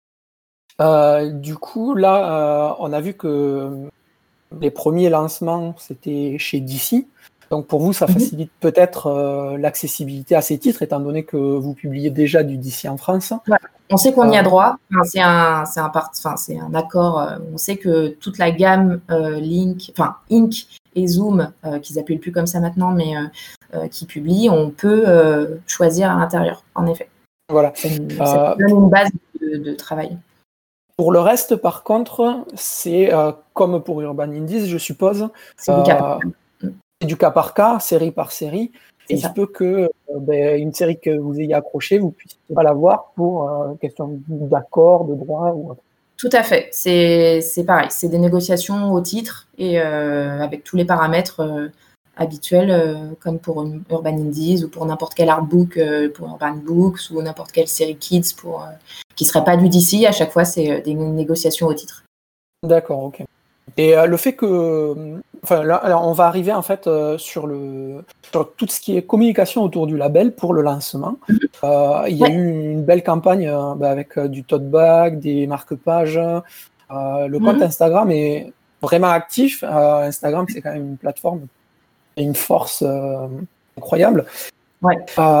Du coup, là, on a vu que les premiers lancements, c'était chez DC. Donc pour vous, ça facilite peut-être l'accessibilité à ces titres, étant donné que vous publiez déjà du DC en France. Voilà. On sait qu'on y a droit. C'est un accord. On sait que toute la gamme Ink et Zoom, qu'ils appellent plus comme ça maintenant, mais qui publient, on peut choisir à l'intérieur, en effet. Voilà. C'est une base de travail. Pour le reste, par contre, c'est comme pour Urban Indies, je suppose. C'est du cas par cas, série par série. Et il se peut que une série que vous ayez accrochée, vous ne puissiez pas la voir pour question d'accord, de droit ou autre. Tout à fait. C'est pareil. C'est des négociations au titre et avec tous les paramètres habituels, comme pour Urban Indies ou pour n'importe quel artbook pour Urban Books ou n'importe quelle série Kids qui ne serait pas du DC. À chaque fois, c'est des négociations au titre. D'accord, ok. Et le fait que, là, on va arriver en fait sur tout ce qui est communication autour du label pour le lancement. Il y a eu une belle campagne avec du tote bag, des marque-pages. Le compte Instagram est vraiment actif. Instagram, c'est quand même une plateforme et une force incroyable. Ouais.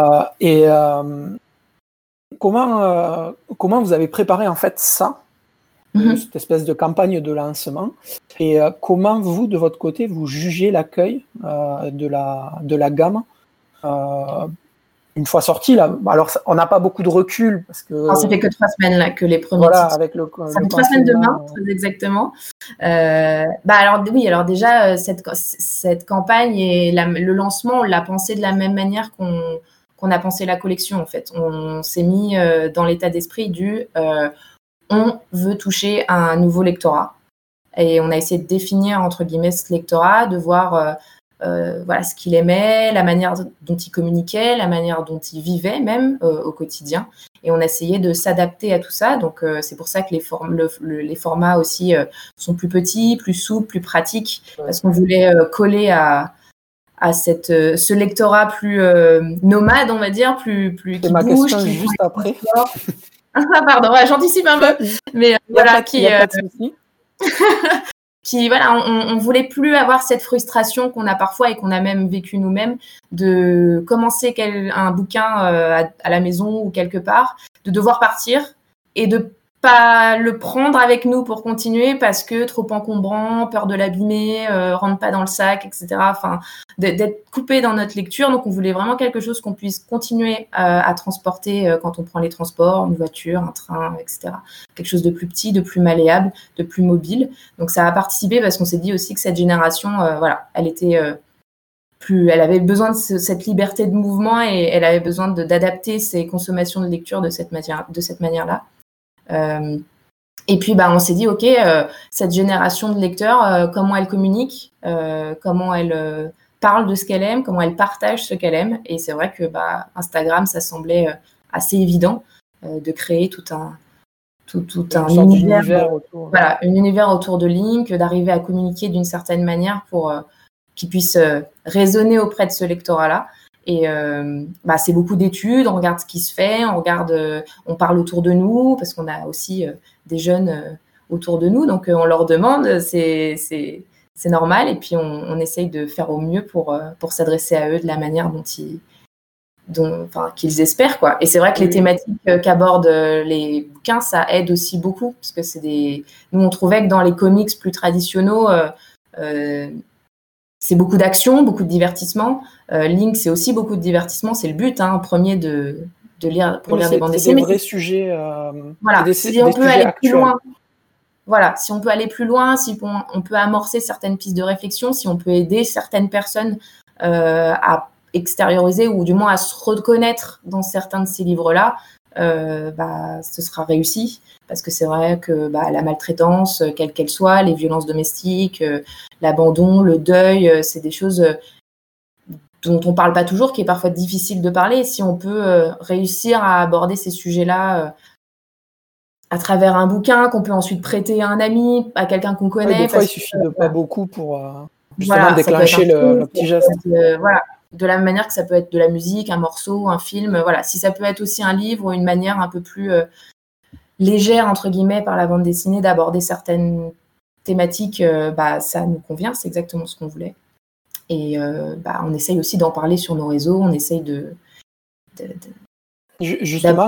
Comment vous avez préparé en fait ça, cette espèce de campagne de lancement, et comment vous, de votre côté, vous jugez l'accueil de la gamme une fois sorti là? Alors on n'a pas beaucoup de recul parce que ça fait que 3 semaines là que les premiers voilà, titres. avec ça fait 3 semaines demain, très exactement. Alors déjà cette campagne et le lancement, on l'a pensé de la même manière qu'on a pensé la collection en fait. On s'est mis dans l'état d'esprit on veut toucher un nouveau lectorat, et on a essayé de définir entre guillemets ce lectorat, de voir ce qu'il aimait, la manière dont il communiquait, la manière dont il vivait même au quotidien, et on a essayé de s'adapter à tout ça. Donc c'est pour ça que les formats aussi sont plus petits, plus souples, plus pratiques, parce qu'on voulait coller à ce lectorat plus nomade, on va dire, plus qui bouge, qui juste après. Pardon, j'anticipe un peu, mais voilà, on voulait plus avoir cette frustration qu'on a parfois et qu'on a même vécu nous-mêmes, de commencer un bouquin à la maison ou quelque part, de devoir partir et de pas le prendre avec nous pour continuer parce que trop encombrant, peur de l'abîmer, rentre pas dans le sac, etc. Enfin, d'être coupé dans notre lecture. Donc, on voulait vraiment quelque chose qu'on puisse continuer à transporter quand on prend les transports, une voiture, un train, etc. Quelque chose de plus petit, de plus malléable, de plus mobile. Donc, ça a participé parce qu'on s'est dit aussi que cette génération, elle était elle avait besoin de cette liberté de mouvement, et elle avait besoin d'adapter ses consommations de lecture de cette manière-là. Et puis on s'est dit ok, cette génération de lecteurs, comment elle communique, comment elle parle de ce qu'elle aime, comment elle partage ce qu'elle aime. Et c'est vrai que Instagram, ça semblait assez évident de créer tout un univers autour. Voilà, un univers autour de Link, d'arriver à communiquer d'une certaine manière pour qu'il puisse résonner auprès de ce lectorat-là. Et c'est beaucoup d'études, on regarde ce qui se fait, on parle autour de nous, parce qu'on a aussi des jeunes autour de nous, donc on leur demande, c'est normal, et puis on essaye de faire au mieux pour s'adresser à eux de la manière qu'ils espèrent, quoi. Et c'est vrai que les thématiques qu'abordent les bouquins, ça aide aussi beaucoup, parce que nous on trouvait que dans les comics plus traditionnels, c'est beaucoup d'action, beaucoup de divertissement. Link, c'est aussi beaucoup de divertissement. C'est le but, premier de lire pour lire des bandes dessinées. C'est des vrais sujets. Voilà. Si on peut aller plus loin. Voilà. Si on peut aller plus loin, si on peut amorcer certaines pistes de réflexion, si on peut aider certaines personnes à extérioriser ou du moins à se reconnaître dans certains de ces livres-là, ce sera réussi. Parce que c'est vrai que la maltraitance, quelle qu'elle soit, les violences domestiques, l'abandon, le deuil, c'est des choses dont on ne parle pas toujours, qui est parfois difficile de parler. Et si on peut réussir à aborder ces sujets-là à travers un bouquin qu'on peut ensuite prêter à un ami, à quelqu'un qu'on connaît. Des fois, il suffit de pas beaucoup pour justement déclencher le petit geste. De la même manière que ça peut être de la musique, un morceau, un film. Voilà. Si ça peut être aussi un livre ou une manière un peu plus légère, entre guillemets, par la bande dessinée, d'aborder certaines thématiques, ça nous convient, c'est exactement ce qu'on voulait. Et on essaye aussi d'en parler sur nos réseaux, on essaye justement,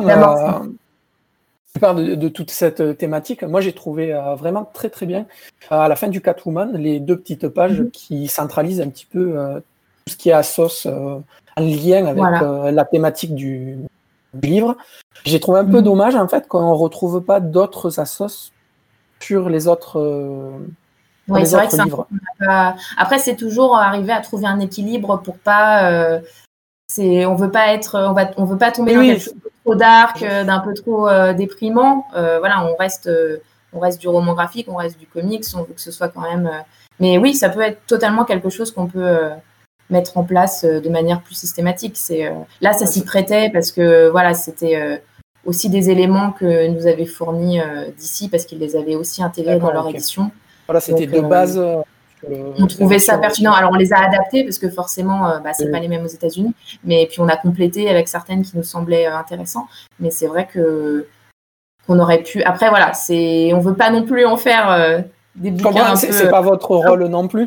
de toute cette thématique, moi j'ai trouvé vraiment très très bien à la fin du Catwoman, les 2 petites pages qui centralisent un petit peu tout ce qui est ASOS en lien avec la thématique du livre. J'ai trouvé un peu dommage en fait qu'on ne retrouve pas d'autres ASOS sur les autres livres. Après, c'est toujours arriver à trouver un équilibre pour pas. On veut pas tomber dans quelque chose de trop dark, d'un peu trop déprimant. On reste du roman graphique, on reste du comics, on veut que ce soit quand même. Mais oui, ça peut être totalement quelque chose qu'on peut mettre en place de manière plus systématique. Là, ça s'y prêtait parce que c'était aussi des éléments que nous avaient fournis d'ici, parce qu'ils les avaient aussi intégrés dans leur édition. Voilà, c'était de base. On trouvait ça pertinent. Alors, on les a adaptés parce que forcément, c'est pas les mêmes aux États-Unis. Mais puis, on a complété avec certaines qui nous semblaient intéressantes. Mais c'est vrai qu'on aurait pu. Après, voilà, on veut pas non plus en faire des bouquins. C'est pas votre rôle non plus.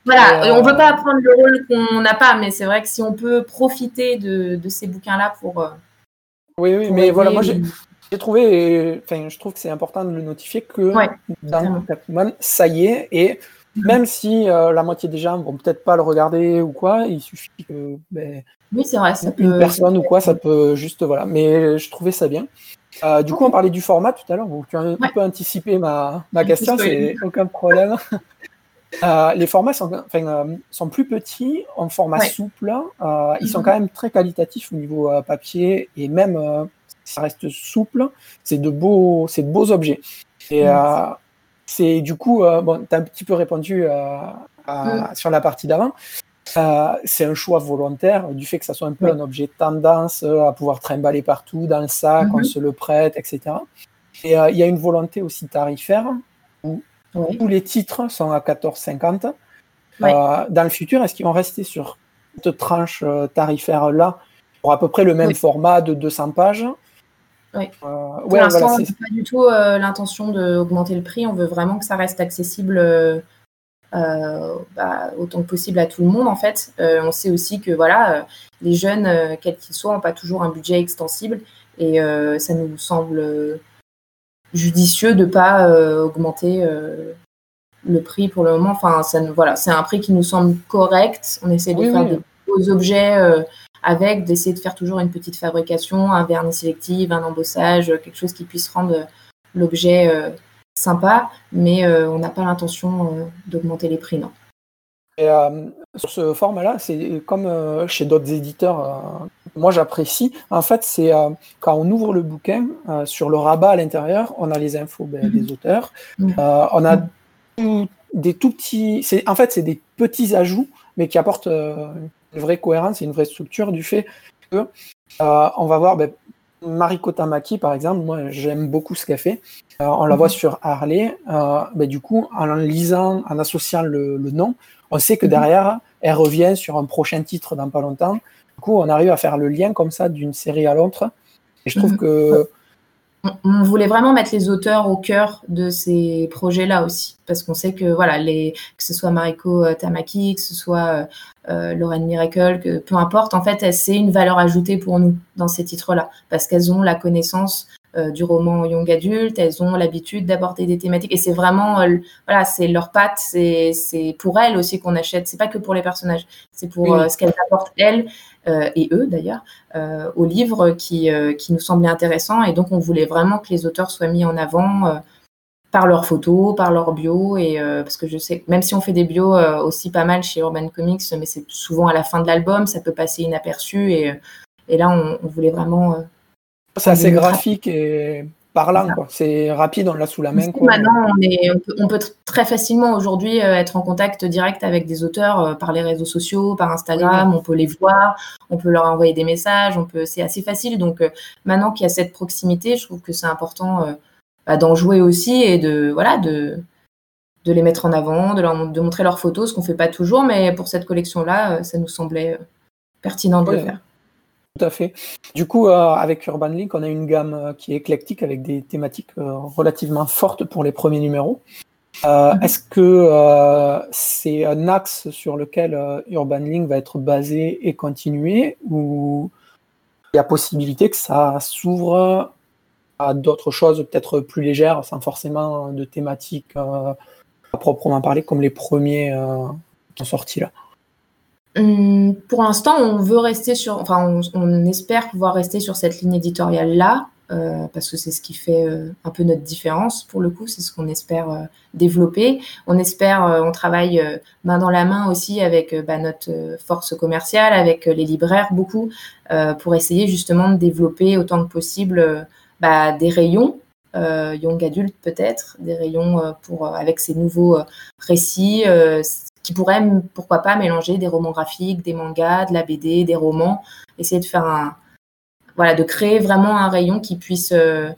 Voilà, et on ne veut pas prendre le rôle qu'on n'a pas, mais c'est vrai que si on peut profiter de ces bouquins-là pour Oui, pour mais aider, voilà, moi j'ai trouvé, enfin, je trouve que c'est important de le notifier que dans totalement. Catwoman, ça y est, et même si la moitié des gens vont peut-être pas le regarder ou quoi, il suffit que Oui, c'est vrai, une personne ou quoi, ça peut juste, voilà. Mais je trouvais ça bien. Du coup, on parlait du format tout à l'heure, donc tu as un peu anticipé ma question, c'est aucun problème. Les formats sont plus petits, en format souple. Ils sont quand même très qualitatifs au niveau papier, et même si ça reste souple, c'est de beaux objets. Et c'est du coup, bon, tu as un petit peu répondu sur la partie d'avant. C'est un choix volontaire du fait que ça soit un peu un objet tendance à pouvoir trimballer partout dans le sac, on se le prête, etc. Et il y a une volonté aussi tarifaire où tous les titres sont à 14,50. Dans le futur, est-ce qu'ils vont rester sur cette tranche tarifaire-là pour à peu près le même format de 200 pages? Pour l'instant, on n'a pas du tout l'intention d'augmenter le prix. On veut vraiment que ça reste accessible autant que possible à tout le monde, en fait. On sait aussi que voilà, les jeunes, quels qu'ils soient, n'ont pas toujours un budget extensible. Et ça nous semble judicieux de ne pas augmenter le prix pour le moment. Enfin, voilà, c'est un prix qui nous semble correct. On essaie de faire des beaux objets d'essayer de faire toujours une petite fabrication, un vernis sélectif, un embossage, quelque chose qui puisse rendre l'objet sympa, mais on n'a pas l'intention d'augmenter les prix, non. Et sur ce format-là, c'est comme chez d'autres éditeurs, moi j'apprécie. En fait, c'est quand on ouvre le bouquin, sur le rabat à l'intérieur, on a les infos des auteurs. On a des tout petits. En fait, c'est des petits ajouts, mais qui apportent une vraie cohérence et une vraie structure du fait que on va voir. Mariko Tamaki, par exemple, moi j'aime beaucoup ce qu'elle fait. On la voit sur Harley. Du coup, en lisant, en associant le nom, on sait que derrière, elle revient sur un prochain titre dans pas longtemps. Du coup, on arrive à faire le lien comme ça d'une série à l'autre. Et je trouve que... On voulait vraiment mettre les auteurs au cœur de ces projets-là aussi. Parce qu'on sait que, voilà, que ce soit Mariko Tamaki, que ce soit Lauren Miracle, peu importe, en fait, c'est une valeur ajoutée pour nous dans ces titres-là. Parce qu'elles ont la connaissance du roman young adulte, elles ont l'habitude d'aborder des thématiques, et c'est vraiment voilà, c'est leur patte, c'est pour elles aussi qu'on achète, c'est pas que pour les personnages, c'est pour ce qu'elles apportent elles et eux d'ailleurs au livre qui nous semblait intéressant, et donc on voulait vraiment que les auteurs soient mis en avant par leurs photos, par leur bio, et parce que je sais, même si on fait des bios aussi pas mal chez Urban Comics, mais c'est souvent à la fin de l'album, ça peut passer inaperçu, et là on voulait vraiment c'est assez graphique et parlant, quoi. C'est rapide, on l'a sous la main, quoi. Maintenant, on peut très facilement aujourd'hui être en contact direct avec des auteurs par les réseaux sociaux, par Instagram, on peut les voir, on peut leur envoyer des messages, c'est assez facile. Donc maintenant qu'il y a cette proximité, je trouve que c'est important d'en jouer aussi, et de les mettre en avant, de montrer leurs photos, ce qu'on ne fait pas toujours, mais pour cette collection-là, ça nous semblait pertinent de le faire. Tout à fait. Du coup, avec Urban Link, on a une gamme qui est éclectique avec des thématiques relativement fortes pour les premiers numéros. Est-ce que c'est un axe sur lequel Urban Link va être basé et continué, ou il y a possibilité que ça s'ouvre à d'autres choses peut-être plus légères, sans forcément de thématiques à proprement parler, comme les premiers qui sont sortis là? Pour l'instant, on veut rester on espère pouvoir rester sur cette ligne éditoriale-là, parce que c'est ce qui fait un peu notre différence pour le coup, c'est ce qu'on espère développer. On travaille main dans la main aussi avec notre force commerciale, avec les libraires beaucoup, pour essayer justement de développer autant que possible des rayons, young adulte peut-être, des rayons avec ces nouveaux récits, qui pourraient, pourquoi pas, mélanger des romans graphiques, des mangas, de la BD, des romans, essayer de faire de créer vraiment un rayon qui puisse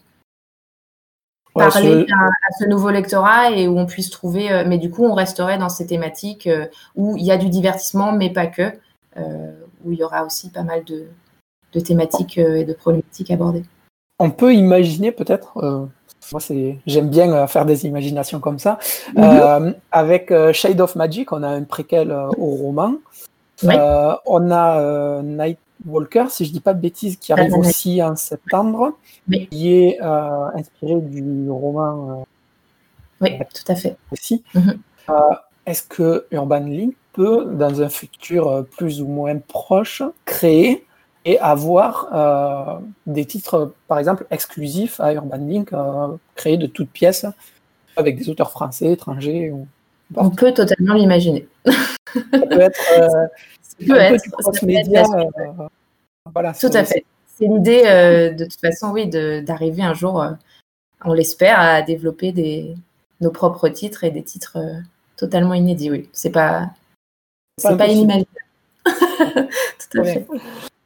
parler à ce nouveau lectorat, et où on puisse trouver, mais du coup on resterait dans ces thématiques où il y a du divertissement, mais pas que, où il y aura aussi pas mal de thématiques et de problématiques abordées. On peut imaginer peut-être, Moi, j'aime bien faire des imaginations comme ça. Avec Shade of Magic, on a un préquel au roman. Oui. On a Nightwalker, si je dis pas de bêtises, qui arrive aussi en septembre, Oui. qui est inspiré du roman Oui, tout à fait. aussi. Est-ce que Urban Link peut, dans un futur plus ou moins proche, créer et avoir des titres, par exemple, exclusifs à Urban Link, créés de toutes pièces, avec des auteurs français, étrangers On peut totalement l'imaginer. Ça peut être un peu du cross-média. Voilà, tout à fait. C'est l'idée, de toute façon, oui, d'arriver un jour, on l'espère, à développer nos propres titres et des titres totalement inédits. Oui, c'est pas inimaginable. Tout à fait.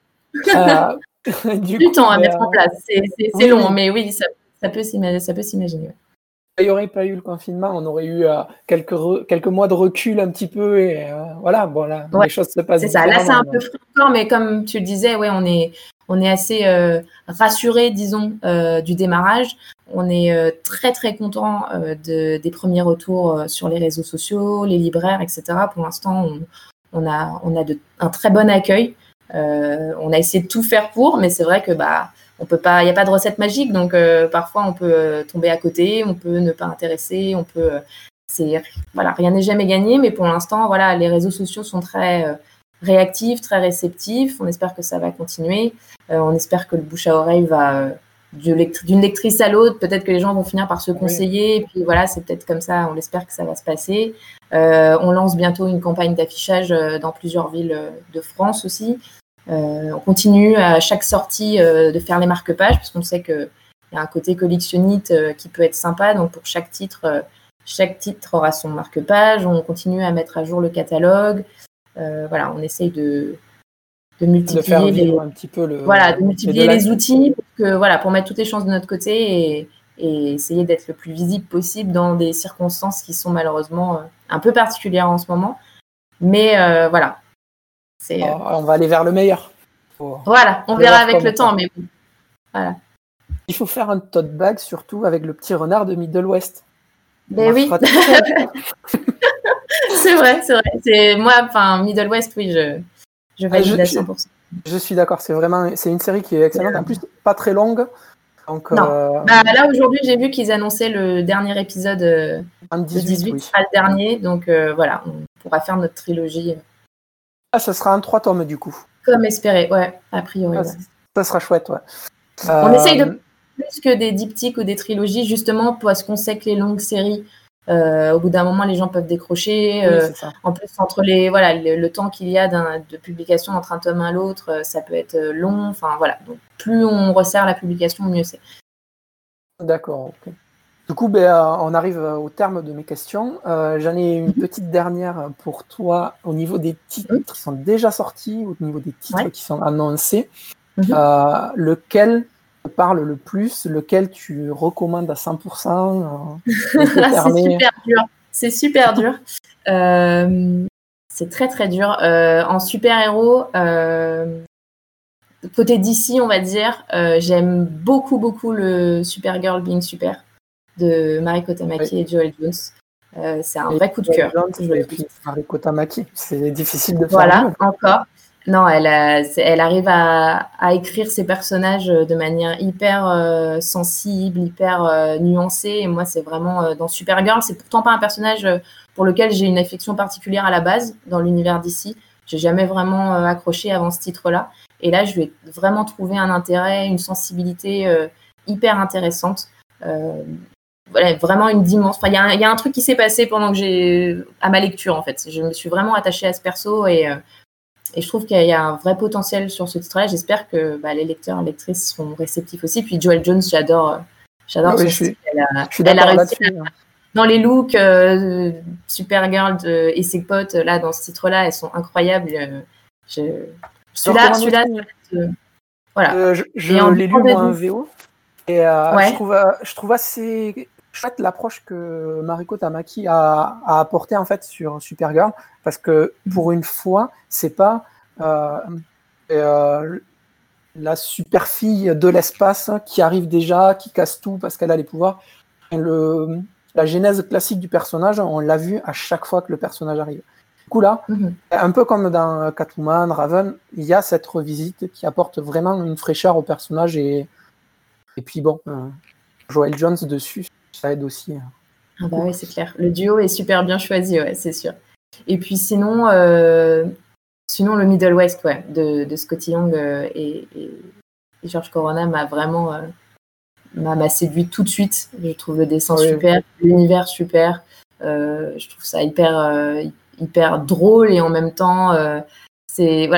Du temps à mettre en place. C'est long, mais oui, ça peut s'imaginer. Il n'y aurait pas eu le confinement, on aurait eu quelques mois de recul un petit peu et voilà, bon là, les choses se passent différemment. C'est ça. Là, c'est un peu frais encore, mais comme tu le disais, ouais, on est assez rassurés, disons, du démarrage. On est très très content des premiers retours sur les réseaux sociaux, les libraires, etc. Pour l'instant, on a un très bon accueil. On a essayé de tout faire pour, mais c'est vrai que on peut pas, il n'y a pas de recette magique, donc parfois on peut tomber à côté, on peut ne pas intéresser, voilà, rien n'est jamais gagné, mais pour l'instant, voilà, les réseaux sociaux sont très réactifs, très réceptifs. On espère que ça va continuer. On espère que le bouche à oreille va d'une lectrice à l'autre. Peut-être que les gens vont finir par se conseiller. Et puis voilà, c'est peut-être comme ça. On espère que ça va se passer. On lance bientôt une campagne d'affichage dans plusieurs villes de France aussi. On continue à chaque sortie de faire les marque-pages parce qu'on sait qu'il y a un côté collectionnite qui peut être sympa. Donc pour chaque titre aura son marque-page. On continue à mettre à jour le catalogue. Voilà, on essaye de multiplier un petit peu de multiplier les outils pour mettre toutes les chances de notre côté et essayer d'être le plus visible possible dans des circonstances qui sont malheureusement un peu particulières en ce moment. Mais voilà. On va aller vers le meilleur. Voilà, on verra avec le temps, mais bon. Voilà. Il faut faire un tote bag surtout avec le petit renard de Middle West. Ben oui. C'est vrai. C'est moi, Middle West, oui, je valide à 100%. Je suis d'accord, c'est une série qui est excellente. En plus, pas très longue. Donc, non. Là, aujourd'hui, j'ai vu qu'ils annonçaient le dernier épisode, le 18 sera le dernier. Donc, voilà, on pourra faire notre trilogie. Ça sera en 3 tomes, du coup. Comme espéré, ouais, a priori. Ça sera chouette, ouais. On essaye de plus que des diptyques ou des trilogies, justement, parce qu'on sait que les longues séries, au bout d'un moment, les gens peuvent décrocher. Oui, c'est ça. En plus, entre le temps qu'il y a de publication entre un tome et l'autre, ça peut être long. Enfin, voilà. Donc, plus on resserre la publication, mieux c'est. D'accord, ok. Du coup, on arrive au terme de mes questions. J'en ai une petite dernière pour toi au niveau des titres qui sont déjà sortis, au niveau des titres qui sont annoncés. Lequel te parle le plus, lequel tu recommandes à 100% C'est super dur. C'est très très dur. En super-héros, côté DC, on va dire, j'aime beaucoup le Supergirl Being Super de Mariko Tamaki et Joel Jones. C'est un vrai coup de cœur. Et puis Mariko Tamaki, c'est difficile de faire. Voilà, encore. Non, elle arrive à écrire ses personnages de manière hyper sensible, hyper nuancée. Et moi, c'est vraiment dans Supergirl, c'est pourtant pas un personnage pour lequel j'ai une affection particulière à la base dans l'univers d'ici. J'ai jamais vraiment accroché avant ce titre-là. Et là, je lui ai vraiment trouvé un intérêt, une sensibilité hyper intéressante. Voilà, vraiment une dimension. Enfin, il y a un truc qui s'est passé pendant que à ma lecture, en fait. Je me suis vraiment attachée à ce perso et je trouve qu'il y a un vrai potentiel sur ce titre-là. J'espère que les lecteurs et lectrices seront réceptifs aussi. Puis Joel Jones, j'adore son style. Elle a réussi dans les looks Supergirl et ses potes là dans ce titre-là, elles sont incroyables. Celui-là, voilà. Je l'ai lu moi en VO et je trouve assez chouette l'approche que Mariko Tamaki a apportée en fait sur Supergirl, parce que pour une fois, c'est pas la super fille de l'espace qui arrive déjà, qui casse tout parce qu'elle a les pouvoirs. La genèse classique du personnage, on l'a vu à chaque fois que le personnage arrive. Du coup là, un peu comme dans Catwoman, Raven, il y a cette revisite qui apporte vraiment une fraîcheur au personnage et puis bon, Joel Jones dessus, ça aide aussi. Ah bah oui, c'est clair. Le duo est super bien choisi, ouais, c'est sûr. Et puis sinon le Middle West, ouais, de Scotty Young et George Corona m'a séduit tout de suite. Je trouve le dessin super, l'univers super. Je trouve ça hyper drôle et en même temps, c'est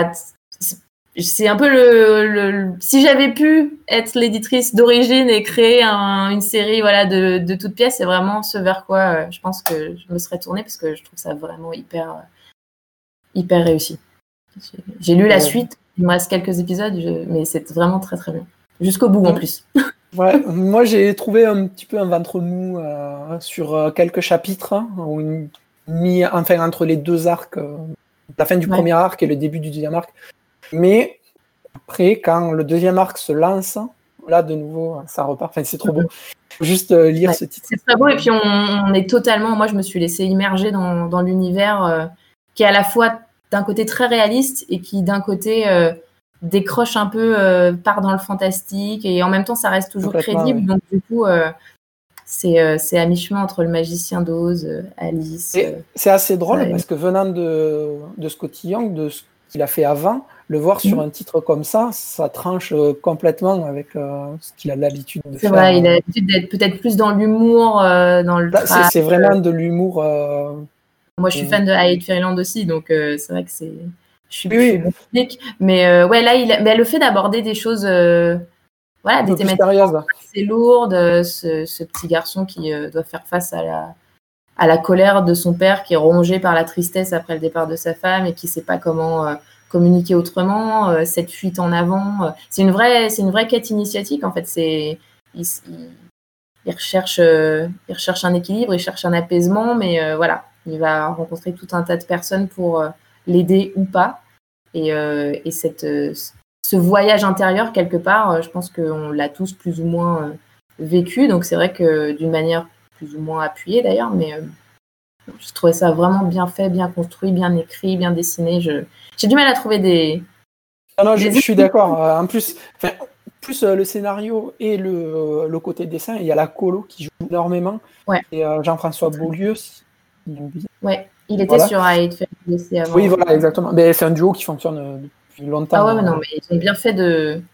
un peu si j'avais pu être l'éditrice d'origine et créer une série de toutes pièces, c'est vraiment ce vers quoi je pense que je me serais tournée parce que je trouve ça vraiment hyper réussi. J'ai lu la suite, il me reste quelques épisodes, mais c'est vraiment très très bien. Jusqu'au bout en plus. Ouais, moi j'ai trouvé un petit peu un ventre mou sur quelques chapitres, entre les deux arcs, la fin du premier arc et le début du deuxième arc. Mais après, quand le deuxième arc se lance, là de nouveau ça repart. Enfin, c'est trop beau. Faut juste lire ce titre. C'est très beau et puis on est totalement. Moi, je me suis laissée immerger dans l'univers qui est à la fois d'un côté très réaliste et qui d'un côté décroche un peu, part dans le fantastique et en même temps ça reste toujours crédible. Ouais. Donc du coup, c'est à mi-chemin entre le Magicien d'Oz, Alice. C'est assez drôle parce que venant de Scotty Young, de ce qu'il a fait avant, le voir sur un titre comme ça tranche complètement avec ce qu'il a l'habitude de faire. C'est vrai, il a l'habitude d'être peut-être plus dans l'humour, dans le trash. C'est vraiment de l'humour. Moi, je suis fan de Hyatt Fairyland aussi, donc c'est vrai que je suis bon public. Mais ouais, là, mais le fait d'aborder des choses, des thématiques assez lourdes, ce petit garçon qui doit faire face à la colère de son père, qui est rongé par la tristesse après le départ de sa femme et qui ne sait pas comment communiquer autrement, cette fuite en avant. C'est une vraie quête initiatique, en fait. Il recherche un équilibre, il cherche un apaisement, mais voilà. Il va rencontrer tout un tas de personnes pour l'aider ou pas. Et ce voyage intérieur, quelque part, je pense qu'on l'a tous plus ou moins vécu. Donc, c'est vrai que d'une manière plus ou moins appuyée, d'ailleurs. Mais je trouvais ça vraiment bien fait, bien construit, bien écrit, bien dessiné. J'ai du mal à trouver des... Non, je suis d'accord. En plus, le scénario et le côté dessin, il y a la colo qui joue énormément. Ouais. Et Jean-François Beaulieu... Ouais, il était sur Hyatt Fairyland aussi avant. Oui, voilà, exactement. Mais c'est un duo qui fonctionne depuis longtemps. Ah ouais, mais non, mais ils ont bien fait de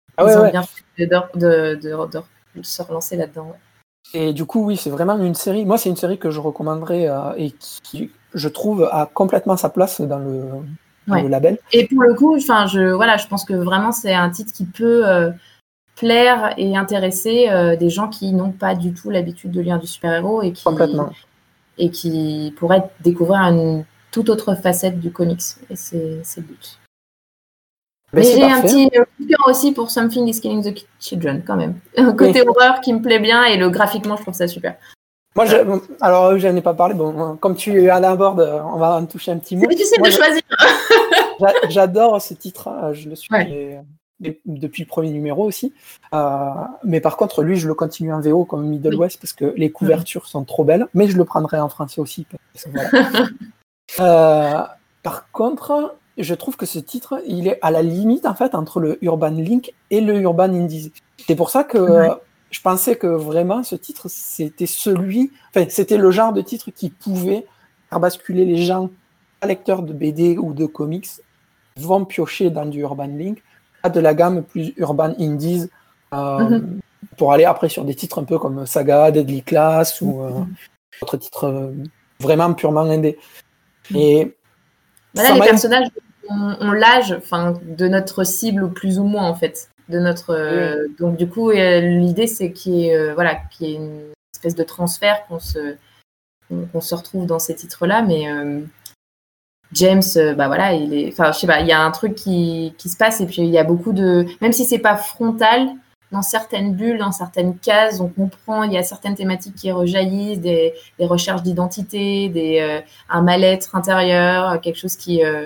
se relancer là-dedans. Ouais. Et du coup, oui, c'est vraiment une série. Moi, c'est une série que je recommanderais et qui, je trouve, a complètement sa place dans le label. Et pour le coup, je pense que vraiment, c'est un titre qui peut plaire et intéresser des gens qui n'ont pas du tout l'habitude de lire du super-héros et qui pourraient découvrir une toute autre facette du comics. Et c'est le but. Mais j'ai un petit coup de cœur aussi pour Something is Killing the Children, quand même. Un côté horreur qui me plaît bien et graphiquement, je trouve ça super. Moi, alors, je n'en ai pas parlé. Bon, comme tu es à la bord, on va en toucher un petit mot. C'est difficile de choisir. J'adore ce titre. Je le suis depuis le premier numéro aussi. Mais par contre, lui, je le continue en VO comme Middle West parce que les couvertures sont trop belles. Mais je le prendrai en français aussi. Parce que, voilà. Par contre, je trouve que ce titre, il est à la limite en fait entre le Urban Link et le Urban Indies. C'est pour ça que je pensais que vraiment ce titre, c'était le genre de titre qui pouvait faire basculer les gens, lecteurs de BD ou de comics, vont piocher dans du Urban Link, à de la gamme plus Urban Indies, pour aller après sur des titres un peu comme Saga, Deadly Class ou d'autres titres vraiment purement indés. Et voilà, les personnages ont l'âge de notre cible plus ou moins en fait. Donc du coup, l'idée c'est qu'il y ait une espèce de transfert, qu'on se retrouve dans ces titres-là, mais James, il y a un truc qui se passe et puis il y a beaucoup de... Même si c'est pas frontal, dans certaines bulles, dans certaines cases, on comprend, il y a certaines thématiques qui rejaillissent, des recherches d'identité, un mal-être intérieur, quelque chose qui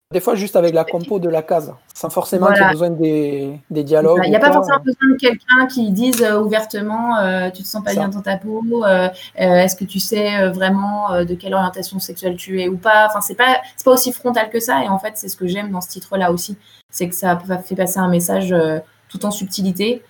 Des fois, juste avec la compo de la case, sans forcément qu'il y ait besoin des dialogues. Il n'y a pas forcément besoin de quelqu'un qui dise ouvertement tu te sens pas bien dans ta peau, est-ce que tu sais vraiment de quelle orientation sexuelle tu es ou pas. Enfin, c'est pas aussi frontal que ça. Et en fait, c'est ce que j'aime dans ce titre-là aussi, c'est que ça fait passer un message tout en subtilité.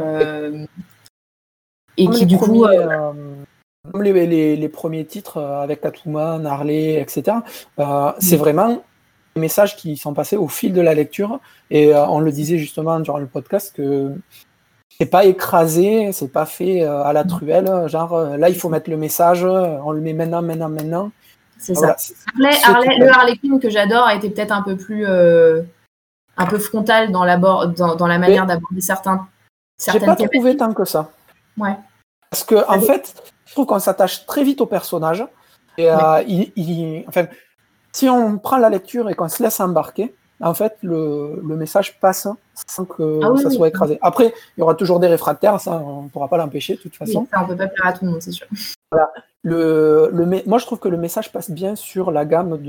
Et comme qui du coup comme les premiers titres avec Catwoman, Harley, etc. C'est vraiment des messages qui sont passés au fil de la lecture. Et on le disait justement durant le podcast que c'est pas écrasé, c'est pas fait à la truelle. Genre là, il faut mettre le message, on le met maintenant. C'est ça. Voilà. Le Harley Quinn que j'adore a été peut-être un peu plus un peu frontal dans la manière d'aborder certaines j'ai pas trouvé tant que ça. Ouais. Parce que en fait, je trouve qu'on s'attache très vite au personnage. Et enfin, si on prend la lecture et qu'on se laisse embarquer, en fait, le message passe sans que ça soit écrasé. Après, il y aura toujours des réfractaires, ça, on ne pourra pas l'empêcher de toute façon. Oui, ça, on ne peut pas plaire à tout le monde, c'est sûr. Voilà. Moi, je trouve que le message passe bien sur la gamme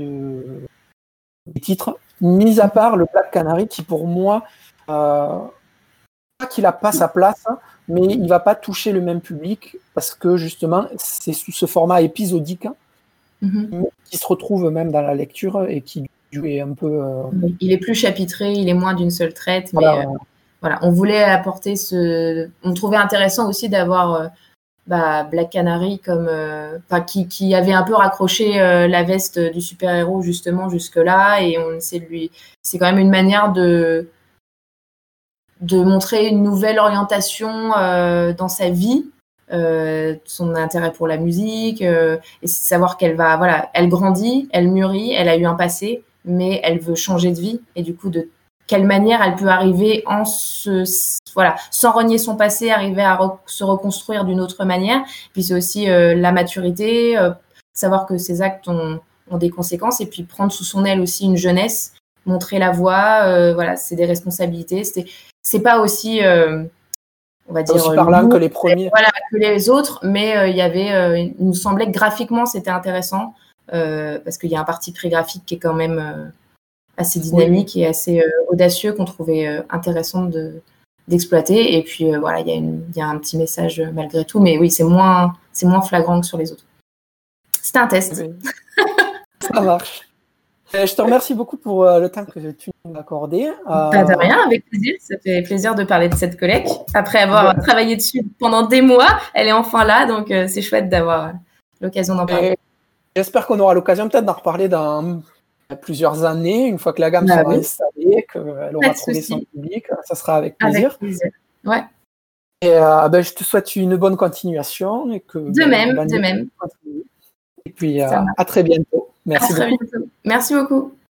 des titres, mis à part le Black Canary, qui pour moi, pas qu'il n'a pas sa place, mais il ne va pas toucher le même public, parce que justement, c'est sous ce format épisodique qui se retrouve même dans la lecture et qui est un peu... Il est plus chapitré, il est moins d'une seule traite, mais voilà, on voulait apporter on trouvait intéressant aussi d'avoir Black Canary comme qui avait un peu raccroché la veste du super-héros justement jusque-là, et on essaie c'est quand même une manière de montrer une nouvelle orientation dans sa vie, son intérêt pour la musique, et c'est savoir qu'elle elle grandit, elle mûrit, elle a eu un passé, mais elle veut changer de vie, et du coup de quelle manière elle peut arriver sans renier son passé, arriver à se reconstruire d'une autre manière. Puis c'est aussi la maturité, savoir que ses actes ont des conséquences, et puis prendre sous son aile aussi une jeunesse, montrer la voie, c'est des responsabilités. C'est pas aussi on va dire aussi parlant que les premiers, que les autres, mais il nous semblait que graphiquement c'était intéressant, parce qu'il y a un parti pris graphique qui est quand même assez dynamique et assez audacieux, qu'on trouvait intéressant d'exploiter. Et puis il y a un petit message malgré tout, mais oui, c'est moins flagrant que sur les autres. C'était un test. Oui. Ça marche. Je te remercie beaucoup pour le temps que tu m'as accordé. De rien, avec plaisir. Ça fait plaisir de parler de cette collecte. Après avoir travaillé dessus pendant des mois, elle est enfin là, donc c'est chouette d'avoir l'occasion d'en parler. J'espère qu'on aura l'occasion peut-être d'en reparler dans plusieurs années, une fois que la gamme sera installée, qu'elle aura trouvé son public. Ça sera avec plaisir. Ouais. Et je te souhaite une bonne continuation. Et que, de même. Et puis à très bientôt. Merci beaucoup. Merci beaucoup.